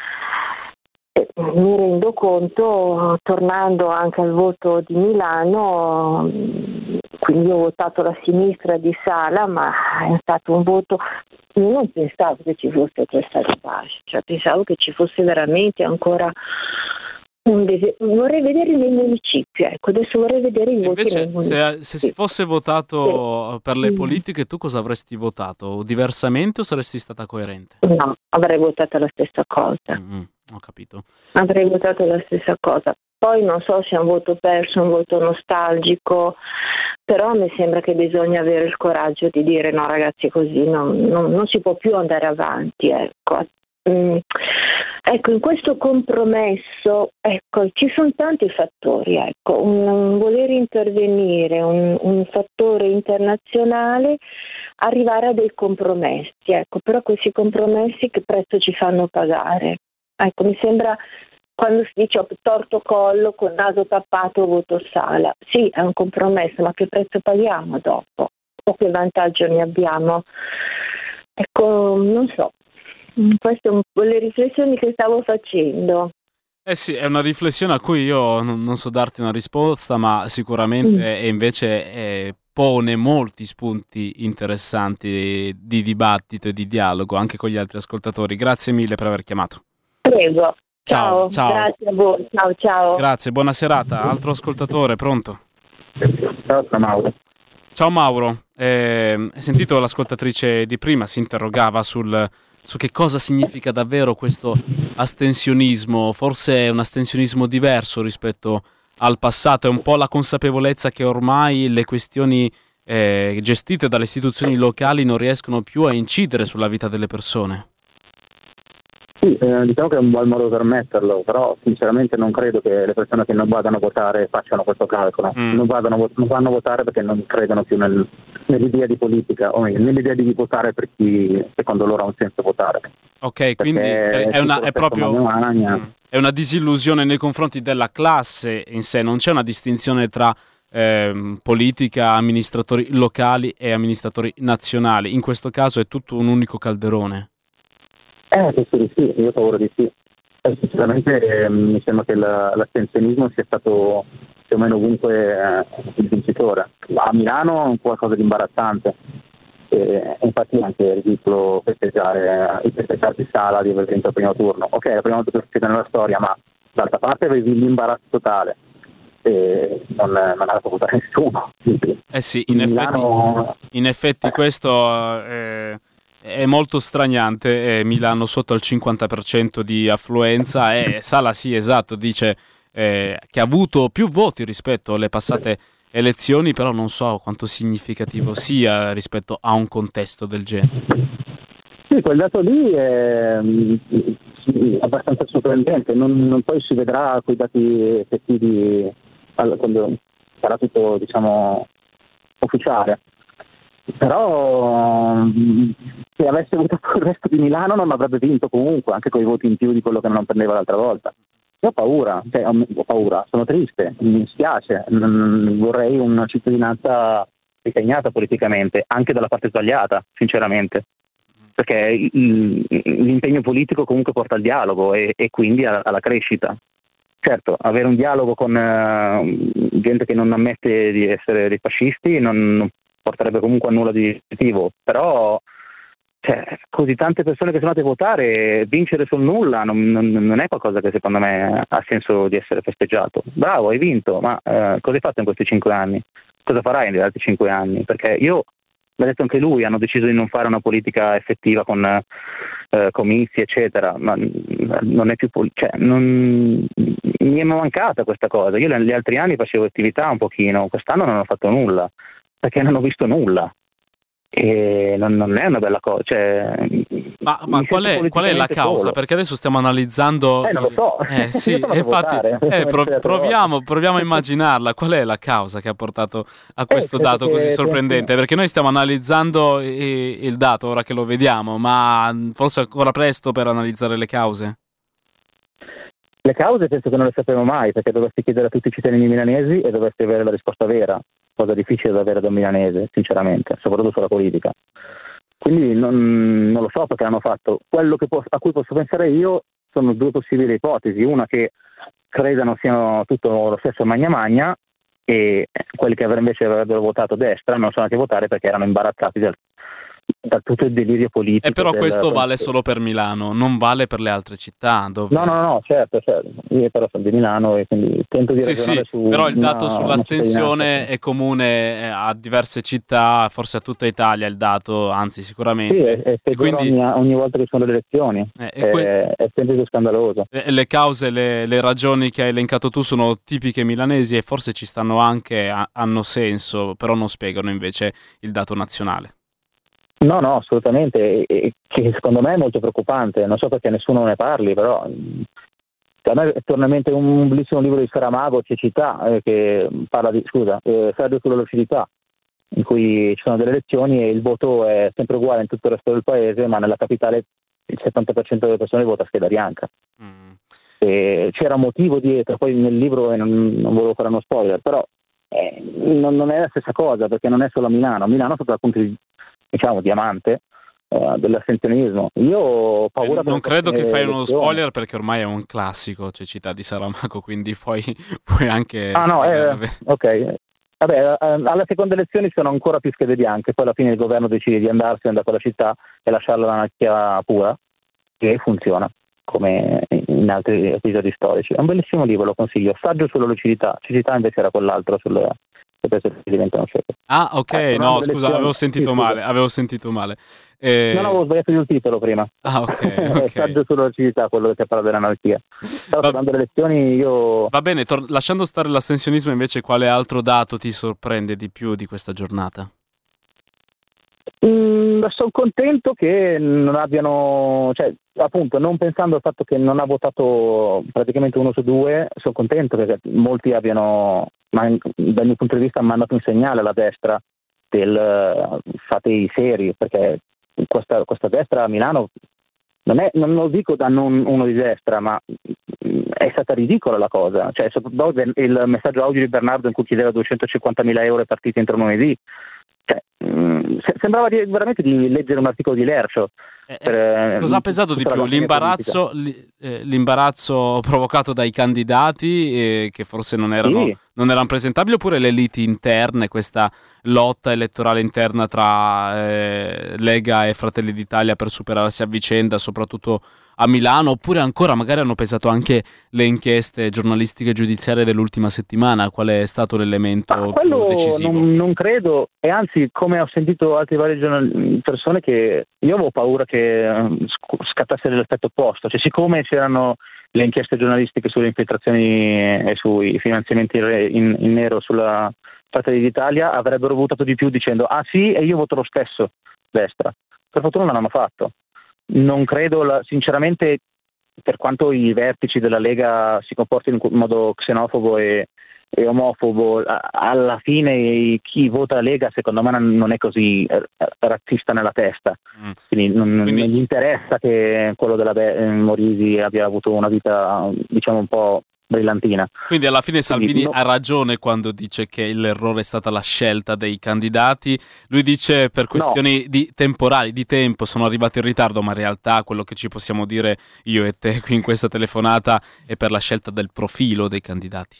E mi rendo conto, tornando anche al voto di Milano, quindi ho votato la sinistra di Sala, ma è stato un voto, io non pensavo che ci fosse questa ripace, cioè pensavo che ci fosse veramente ancora un dese- vorrei vedere nei municipi, ecco, adesso vorrei vedere i voti Invece, nei municipi. se, se si fosse votato per le politiche, tu cosa avresti votato? Diversamente o saresti stata coerente? No, avrei votato la stessa cosa. Mm, ho capito. Avrei votato la stessa cosa. Poi non so se è un voto perso, un voto nostalgico, però mi sembra che bisogna avere il coraggio di dire no ragazzi, così non, non, non si può più andare avanti, ecco. Mm. Ecco, in questo compromesso, ecco, ci sono tanti fattori, ecco, un, un voler intervenire, un, un fattore internazionale, arrivare a dei compromessi, ecco, però questi compromessi che prezzo ci fanno pagare? Ecco, mi sembra quando si dice ho torto collo, con naso tappato voto Sala. Sì, è un compromesso, ma che prezzo paghiamo dopo? O che vantaggio ne abbiamo? Ecco, non so. Queste sono un po' le riflessioni che stavo facendo. Eh sì, è una riflessione a cui io non, non so darti una risposta, ma sicuramente Mm. e invece eh, pone molti spunti interessanti di dibattito e di dialogo anche con gli altri ascoltatori. Grazie mille per aver chiamato. Prego. Ciao, Ciao, ciao. grazie a voi. Ciao, ciao. Grazie, buona serata. Altro ascoltatore, pronto? Ciao, sono Mauro. Ciao Mauro, eh, hai sentito l'ascoltatrice di prima, si interrogava sul, su che cosa significa davvero questo astensionismo, forse è un astensionismo diverso rispetto al passato, è un po' la consapevolezza che ormai le questioni eh, gestite dalle istituzioni locali non riescono più a incidere sulla vita delle persone. Sì, eh, diciamo che è un buon modo per metterlo, però sinceramente non credo che le persone che non vadano a votare facciano questo calcolo. Mm. Non, vadano, non vanno a votare perché non credono più nel, nell'idea di politica, o meglio, nell'idea di votare per chi secondo loro ha un senso votare. Ok, quindi è, è, una, è proprio mm, è una disillusione nei confronti della classe in sé, non c'è una distinzione tra ehm, politica, amministratori locali e amministratori nazionali, in questo caso è tutto un unico calderone. Eh, penso di sì, io ho paura di sì. Eh, sinceramente eh, mi sembra che la, l'astensionismo sia stato più o meno ovunque eh, il vincitore. A Milano è un qualcosa di imbarazzante, e infatti è anche ridicolo festeggiare il festeggiare di Sala di aver vinto il primo turno. Ok, è la prima volta che succede nella storia, ma d'altra parte avevi l'imbarazzo totale e non, non ha potuto votare nessuno. Eh sì, in, Milano... effetti, in effetti questo eh, è molto straniante, eh, Milano sotto il cinquanta per cento di affluenza e Sala sì, esatto, dice eh, che ha avuto più voti rispetto alle passate elezioni, però non so quanto significativo sia rispetto a un contesto del genere. Sì, quel dato lì è sì, abbastanza sorprendente, non, non poi si vedrà quei dati effettivi quando sarà tutto, diciamo, ufficiale. Però se avesse votato il resto di Milano non avrebbe vinto comunque, anche con i voti in più di quello che non prendeva l'altra volta. Io ho paura, cioè, ho paura, sono triste, mi spiace, vorrei una cittadinanza ricagnata politicamente, anche dalla parte sbagliata, sinceramente, perché l'impegno politico comunque porta al dialogo e, e quindi alla crescita. Certo, avere un dialogo con uh, gente che non ammette di essere dei fascisti non, non porterebbe comunque a nulla di positivo, però cioè, così tante persone che sono andate a votare, vincere sul nulla non, non, non è qualcosa che secondo me ha senso di essere festeggiato. Bravo, hai vinto, ma eh, cosa hai fatto in questi cinque anni? Cosa farai negli altri cinque anni? Perché io, l'ha detto anche lui, hanno deciso di non fare una politica effettiva con, eh, comizi eccetera, ma non è più pul- cioè, non, mi è mancata questa cosa. Io gli altri anni facevo attività un pochino, quest'anno non ho fatto nulla perché non ho visto nulla e non, non è una bella cosa, cioè, ma, ma qual, è, qual è la causa? Solo. Perché adesso stiamo analizzando eh non lo so, eh, sì, infatti eh, pro- proviamo, proviamo a immaginarla. Qual è la causa che ha portato a questo eh, dato così sorprendente? Perché noi stiamo analizzando il dato ora che lo vediamo, ma forse è ancora presto per analizzare le cause. Le cause penso che non le sapremo mai, perché dovresti chiedere a tutti i cittadini milanesi e dovresti avere la risposta vera, cosa difficile da avere da un milanese, sinceramente, soprattutto sulla politica. Quindi non, non lo so perché hanno fatto. Quello che posso, a cui posso pensare io sono due possibili ipotesi, una che credano siano tutto lo stesso magna magna e quelli che invece avrebbero votato destra non sono andati a votare perché erano imbarazzati dal, da tutto il delirio politico. E però del, questo vale solo per Milano, non vale per le altre città dove... No, no, no, certo, certo. Io però sono di Milano e quindi tento di sì, ragionare sì, su... però il dato una, sull'astensione è comune a diverse città, forse a tutta Italia il dato, anzi sicuramente. Sì, è, è peggiore quindi... ogni, ogni volta che sono le elezioni, eh, è, que... è sempre più scandaloso. E le cause, le, le ragioni che hai elencato tu sono tipiche milanesi e forse ci stanno anche, a, hanno senso, però non spiegano invece il dato nazionale. No, no, assolutamente, e, che secondo me è molto preoccupante, non so perché nessuno ne parli, però a me torna in mente un bellissimo libro di Saramago, Cecità, eh, che parla di, scusa, eh, Saggio sulla lucidità, in cui ci sono delle elezioni e il voto è sempre uguale in tutto il resto del paese, ma nella capitale il settanta per cento delle persone vota a scheda bianca. Mm. E c'era un motivo dietro, poi nel libro, e non, non volevo fare uno spoiler, però eh, non, non è la stessa cosa, perché non è solo a Milano, Milano sotto dal punto di diciamo diamante eh, dell'astensionismo. Io ho paura eh, non credo che fai uno elezioni. spoiler perché ormai è un classico, cioè Città di Saramago, quindi poi puoi anche ah no eh, ok vabbè eh, alle seconde elezioni sono ancora più schede bianche, poi alla fine il governo decide di andarsene da quella città e lasciarla l'anarchia pura e funziona come in altri episodi storici. È un bellissimo libro, lo consiglio. Saggio sulla lucidità. Cecità invece era quell'altro sul diventano cieche. Ah, ok, eh, no, scusa, lezioni... avevo sentito sì, male, avevo sentito male. Eh... No, no, avevo sbagliato il titolo prima. Ah, ok, ok. Saggio sulla lucidità, quello che parla dell'anarchia. Però Va... parlando delle lezioni io... Va bene, tor- lasciando stare l'astensionismo invece, quale altro dato ti sorprende di più di questa giornata? Mm, sono contento che non abbiano, cioè appunto non pensando al fatto che non ha votato praticamente uno su due, sono contento perché molti abbiano, ma dal mio punto di vista, mandato un segnale alla destra del fate i seri, perché questa, questa destra a Milano non, è, non lo dico da non uno di destra, ma è stata ridicola la cosa, cioè il messaggio audio di Bernardo in cui chiedeva duecentocinquantamila euro ai partiti entro lunedì. Cioè, mh, sembrava di, veramente di leggere un articolo di Lercio. Eh, per, cosa ha pesato di più? L'imbarazzo, eh, l'imbarazzo provocato dai candidati eh, che forse non erano, sì. non erano presentabili, oppure le liti interne, questa lotta elettorale interna tra eh, Lega e Fratelli d'Italia per superarsi a vicenda, soprattutto a Milano, oppure ancora magari hanno pesato anche le inchieste giornalistiche e giudiziarie dell'ultima settimana? Qual è stato l'elemento ah, più decisivo? Non, non credo, e anzi, come ho sentito altre varie giornal- persone, che io avevo paura che um, scattasse l'effetto opposto, cioè siccome c'erano le inchieste giornalistiche sulle infiltrazioni e sui finanziamenti in, in nero sulla Fratelli d'Italia, avrebbero votato di più dicendo ah sì, e io voto lo stesso destra. Per fortuna non l'hanno fatto. Non credo, la, sinceramente, per quanto i vertici della Lega si comportino in modo xenofobo e, e omofobo, a, alla fine chi vota Lega secondo me non è così eh, razzista nella testa, mm. quindi, non, quindi non gli interessa che quello della Be- Morisi abbia avuto una vita, diciamo, un po' brillantina. Quindi alla fine Salvini Quindi, no... ha ragione quando dice che l'errore è stata la scelta dei candidati. Lui dice per questioni no. di temporali, di tempo, sono arrivati in ritardo, ma in realtà quello che ci possiamo dire io e te qui in questa telefonata è per la scelta del profilo dei candidati.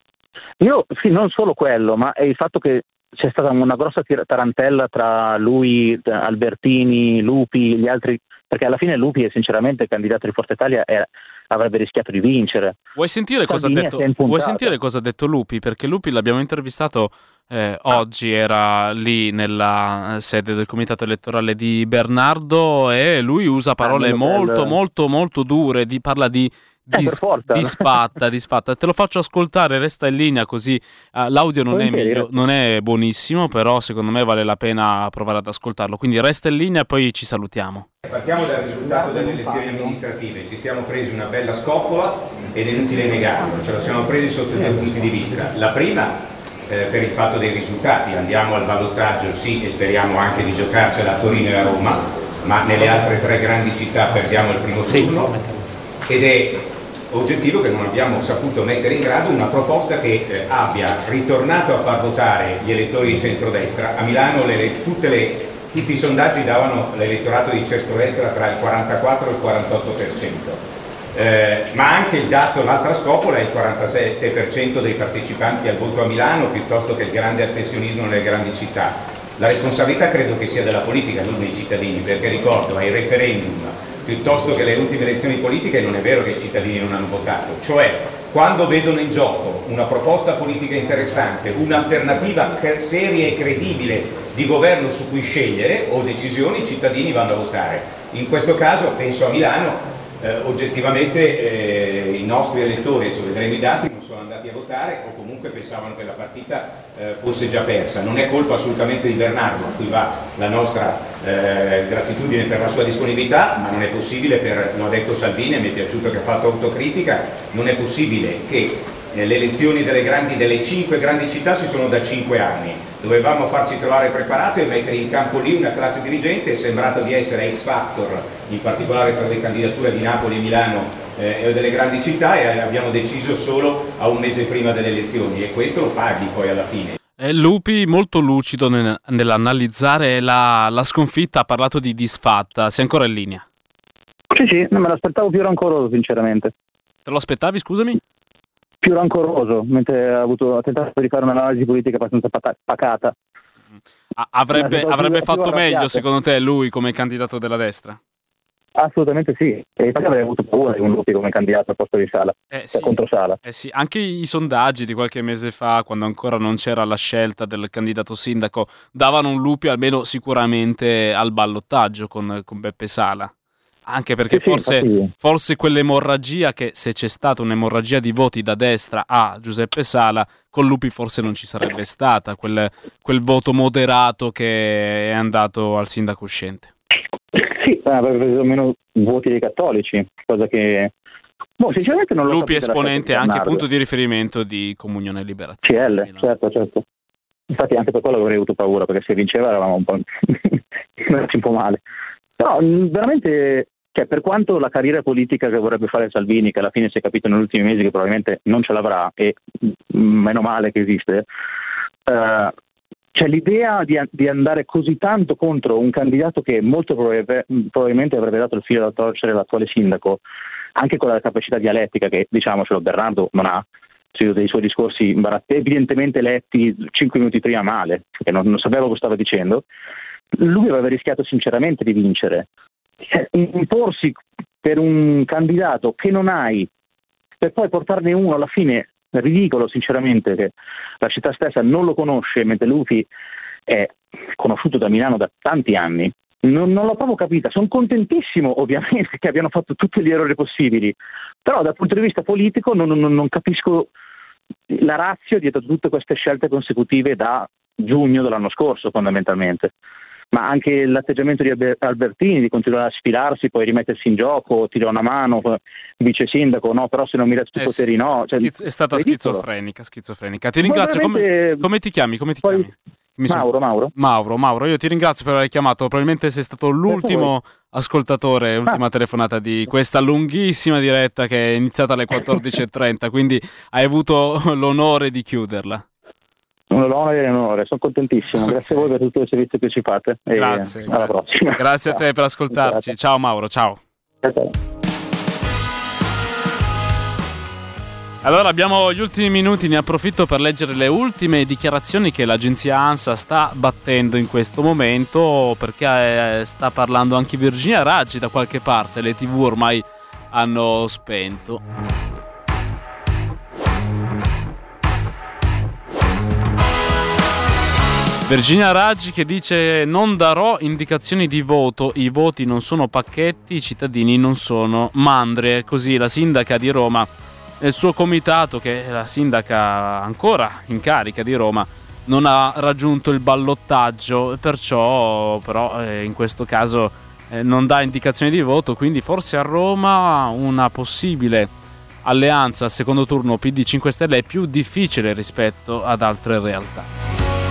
Io sì, non solo quello, ma è il fatto che c'è stata una grossa tarantella tra lui, Albertini, Lupi, gli altri, perché alla fine Lupi è sinceramente il candidato di Forza Italia era, avrebbe rischiato di vincere. Vuoi sentire cosa ha detto, vuoi sentire cosa ha detto Lupi? Perché Lupi l'abbiamo intervistato Eh, oggi era lì nella sede del comitato elettorale di Bernardo e lui usa parole Ah, molto bel- molto molto dure, di, parla di per dis- forza. disfatta, disfatta. Te lo faccio ascoltare, resta in linea così. eh, l'audio non è, Volentieri, miglio- non è buonissimo, però secondo me vale la pena provare ad ascoltarlo, quindi resta in linea e poi ci salutiamo. Partiamo dal risultato delle elezioni amministrative, ci siamo presi una bella scoppola ed è inutile negarlo, ce la siamo presi sotto due punti di vista. La prima eh, per il fatto dei risultati, andiamo al ballottaggio sì e speriamo anche di giocarcela a Torino e a Roma, ma nelle altre tre grandi città perdiamo il primo turno ed è oggettivo che non abbiamo saputo mettere in grado una proposta che eh, abbia ritornato a far votare gli elettori di centrodestra. A Milano le, tutte le Tutti i sondaggi davano l'elettorato di centrodestra tra il quarantaquattro e il quarantotto per cento, eh, ma anche il dato, l'altra scopola è il quarantasette per cento dei partecipanti al voto a Milano piuttosto che il grande astensionismo nelle grandi città. La responsabilità credo che sia della politica, non dei cittadini, perché ricordo ai referendum piuttosto che alle ultime elezioni politiche non è vero che i cittadini non hanno votato, cioè quando vedono in gioco una proposta politica interessante, un'alternativa seria e credibile di governo su cui scegliere o decisioni, i cittadini vanno a votare. In questo caso, penso a Milano, eh, oggettivamente eh, i nostri elettori, se vedremo i dati, non sono andati a votare o comunque pensavano che la partita eh, fosse già persa. Non è colpa assolutamente di Bernardo, a cui va la nostra eh, gratitudine per la sua disponibilità, ma non è possibile, per, l'ho detto Salvini, mi è piaciuto che ha fatto autocritica, non è possibile che eh, le elezioni delle, grandi, delle cinque grandi città si sono da cinque anni. Dovevamo farci trovare preparati e mettere in campo lì una classe dirigente, è sembrato di essere X Factor, in particolare per le candidature di Napoli e Milano eh, e delle grandi città, e abbiamo deciso solo a un mese prima delle elezioni e questo lo paghi poi alla fine. Eh, Lupi molto lucido nel- nell'analizzare la, la sconfitta, ha parlato di disfatta, sei ancora in linea? Sì, sì, non me l'aspettavo più rancoroso, sinceramente. Te lo aspettavi, scusami? Più rancoroso, mentre ha, avuto, ha tentato di fare un'analisi politica abbastanza pata- pacata. A- avrebbe Una avrebbe situazione fatto più meglio, arrabbiata. secondo te, lui come candidato della destra? Assolutamente sì, e infatti avrei avuto paura di un Lupi come candidato al posto di Sala, Eh, cioè sì. contro Sala. Eh sì, anche i sondaggi di qualche mese fa, quando ancora non c'era la scelta del candidato sindaco, davano un Lupi almeno sicuramente al ballottaggio con, con Beppe Sala. Anche perché Sì, sì, forse, infatti- forse quell'emorragia, che se c'è stata un'emorragia di voti da destra a Giuseppe Sala, con Lupi forse non ci sarebbe stata quel, quel voto moderato che è andato al sindaco uscente. Sì, avrebbe preso meno voti dei cattolici, cosa che... Boh, sinceramente non l'ho Lupi capita la esponente scelta di anche Bernardo. punto di riferimento di Comunione e C Liberazione. L, certo, certo. Infatti anche per quello avrei avuto paura, perché se vinceva eravamo un po', un po' male. Però mh, veramente, cioè, per quanto la carriera politica che vorrebbe fare Salvini, che alla fine si è capito negli ultimi mesi che probabilmente non ce l'avrà, e mh, meno male che esiste, eh, cioè l'idea di, di andare così tanto contro un candidato che molto probabil- probabilmente avrebbe dato il filo da torcere all'attuale sindaco, anche con la capacità dialettica che, diciamocelo, Bernardo non ha, cioè, dei suoi discorsi imbarazz- evidentemente letti cinque minuti prima male, perché non, non sapeva cosa stava dicendo, lui aveva rischiato sinceramente di vincere. Cioè, imporsi per un candidato che non hai, per poi portarne uno alla fine, ridicolo sinceramente, che la città stessa non lo conosce, mentre Lupi è conosciuto da Milano da tanti anni. Non, non l'ho proprio capita. Sono contentissimo ovviamente che abbiano fatto tutti gli errori possibili, però dal punto di vista politico non, non, non capisco la ratio dietro tutte queste scelte consecutive da giugno dell'anno scorso, fondamentalmente. Ma anche l'atteggiamento di Alber- Albertini di continuare a sfilarsi, poi rimettersi in gioco, tirare una mano, vice sindaco, no, però se non mi dai tutti i Eh sì, poteri no. Cioè, schiz- è stata ridicolo. schizofrenica, schizofrenica. Ti ringrazio. Ma Come, veramente- come ti chiami? Come ti chiami? Mi son- Mauro, Mauro. Mauro, Mauro, io ti ringrazio per aver chiamato. Probabilmente sei stato l'ultimo ascoltatore, l'ultima telefonata di questa lunghissima diretta che è iniziata alle quattordici e trenta, quindi hai avuto l'onore di chiuderla. Un onore e un onore, sono contentissimo. Grazie a voi per tutto il servizio che ci fate. E Grazie. alla prossima. Grazie a te per ascoltarci. Ciao Mauro, ciao. Allora abbiamo gli ultimi minuti, ne approfitto per leggere le ultime dichiarazioni che l'agenzia ANSA sta battendo in questo momento, perché eh, sta parlando anche Virginia Raggi da qualche parte, le tivù ormai hanno spento. Virginia Raggi che dice: non darò indicazioni di voto, i voti non sono pacchetti, i cittadini non sono mandrie. Così la sindaca di Roma e il suo comitato, che è la sindaca ancora in carica di Roma, non ha raggiunto il ballottaggio, perciò però eh, in questo caso eh, non dà indicazioni di voto, quindi forse a Roma una possibile alleanza al secondo turno P D cinque Stelle è più difficile rispetto ad altre realtà.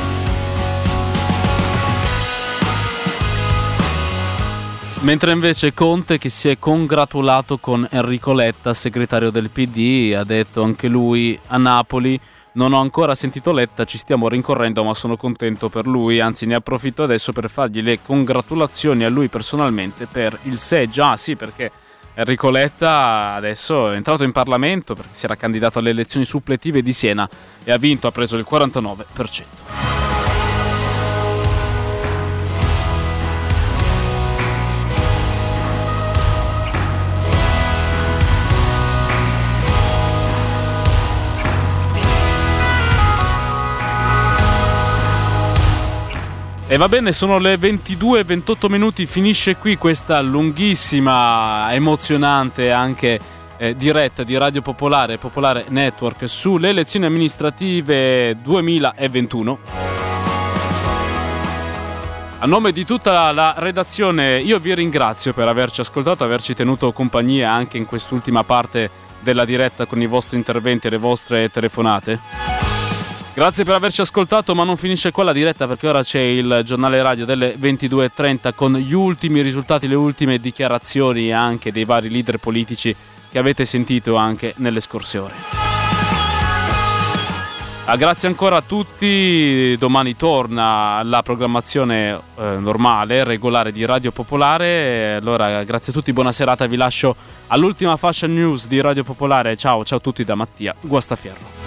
Mentre invece Conte, che si è congratulato con Enrico Letta, segretario del P D, ha detto anche lui a Napoli: non ho ancora sentito Letta, ci stiamo rincorrendo, ma sono contento per lui, anzi ne approfitto adesso per fargli le congratulazioni a lui personalmente per il seggio. Ah sì, perché Enrico Letta adesso è entrato in Parlamento perché si era candidato alle elezioni suppletive di Siena e ha vinto, ha preso il quarantanove per cento. E va bene, sono le ventidue e ventotto minuti, finisce qui questa lunghissima, emozionante anche eh, diretta di Radio Popolare, Popolare Network sulle elezioni amministrative duemilaventuno. A nome di tutta la redazione io vi ringrazio per averci ascoltato, averci tenuto compagnia anche in quest'ultima parte della diretta con i vostri interventi e le vostre telefonate. Grazie per averci ascoltato, ma non finisce qua la diretta, perché ora c'è il giornale radio delle ventidue e trenta con gli ultimi risultati, le ultime dichiarazioni anche dei vari leader politici che avete sentito anche nelle scorse ore. Ah, grazie ancora a tutti, domani torna la programmazione eh, normale, regolare di Radio Popolare. Allora grazie a tutti, buona serata, vi lascio all'ultima fascia news di Radio Popolare. Ciao, ciao a tutti da Mattia Guastaferro.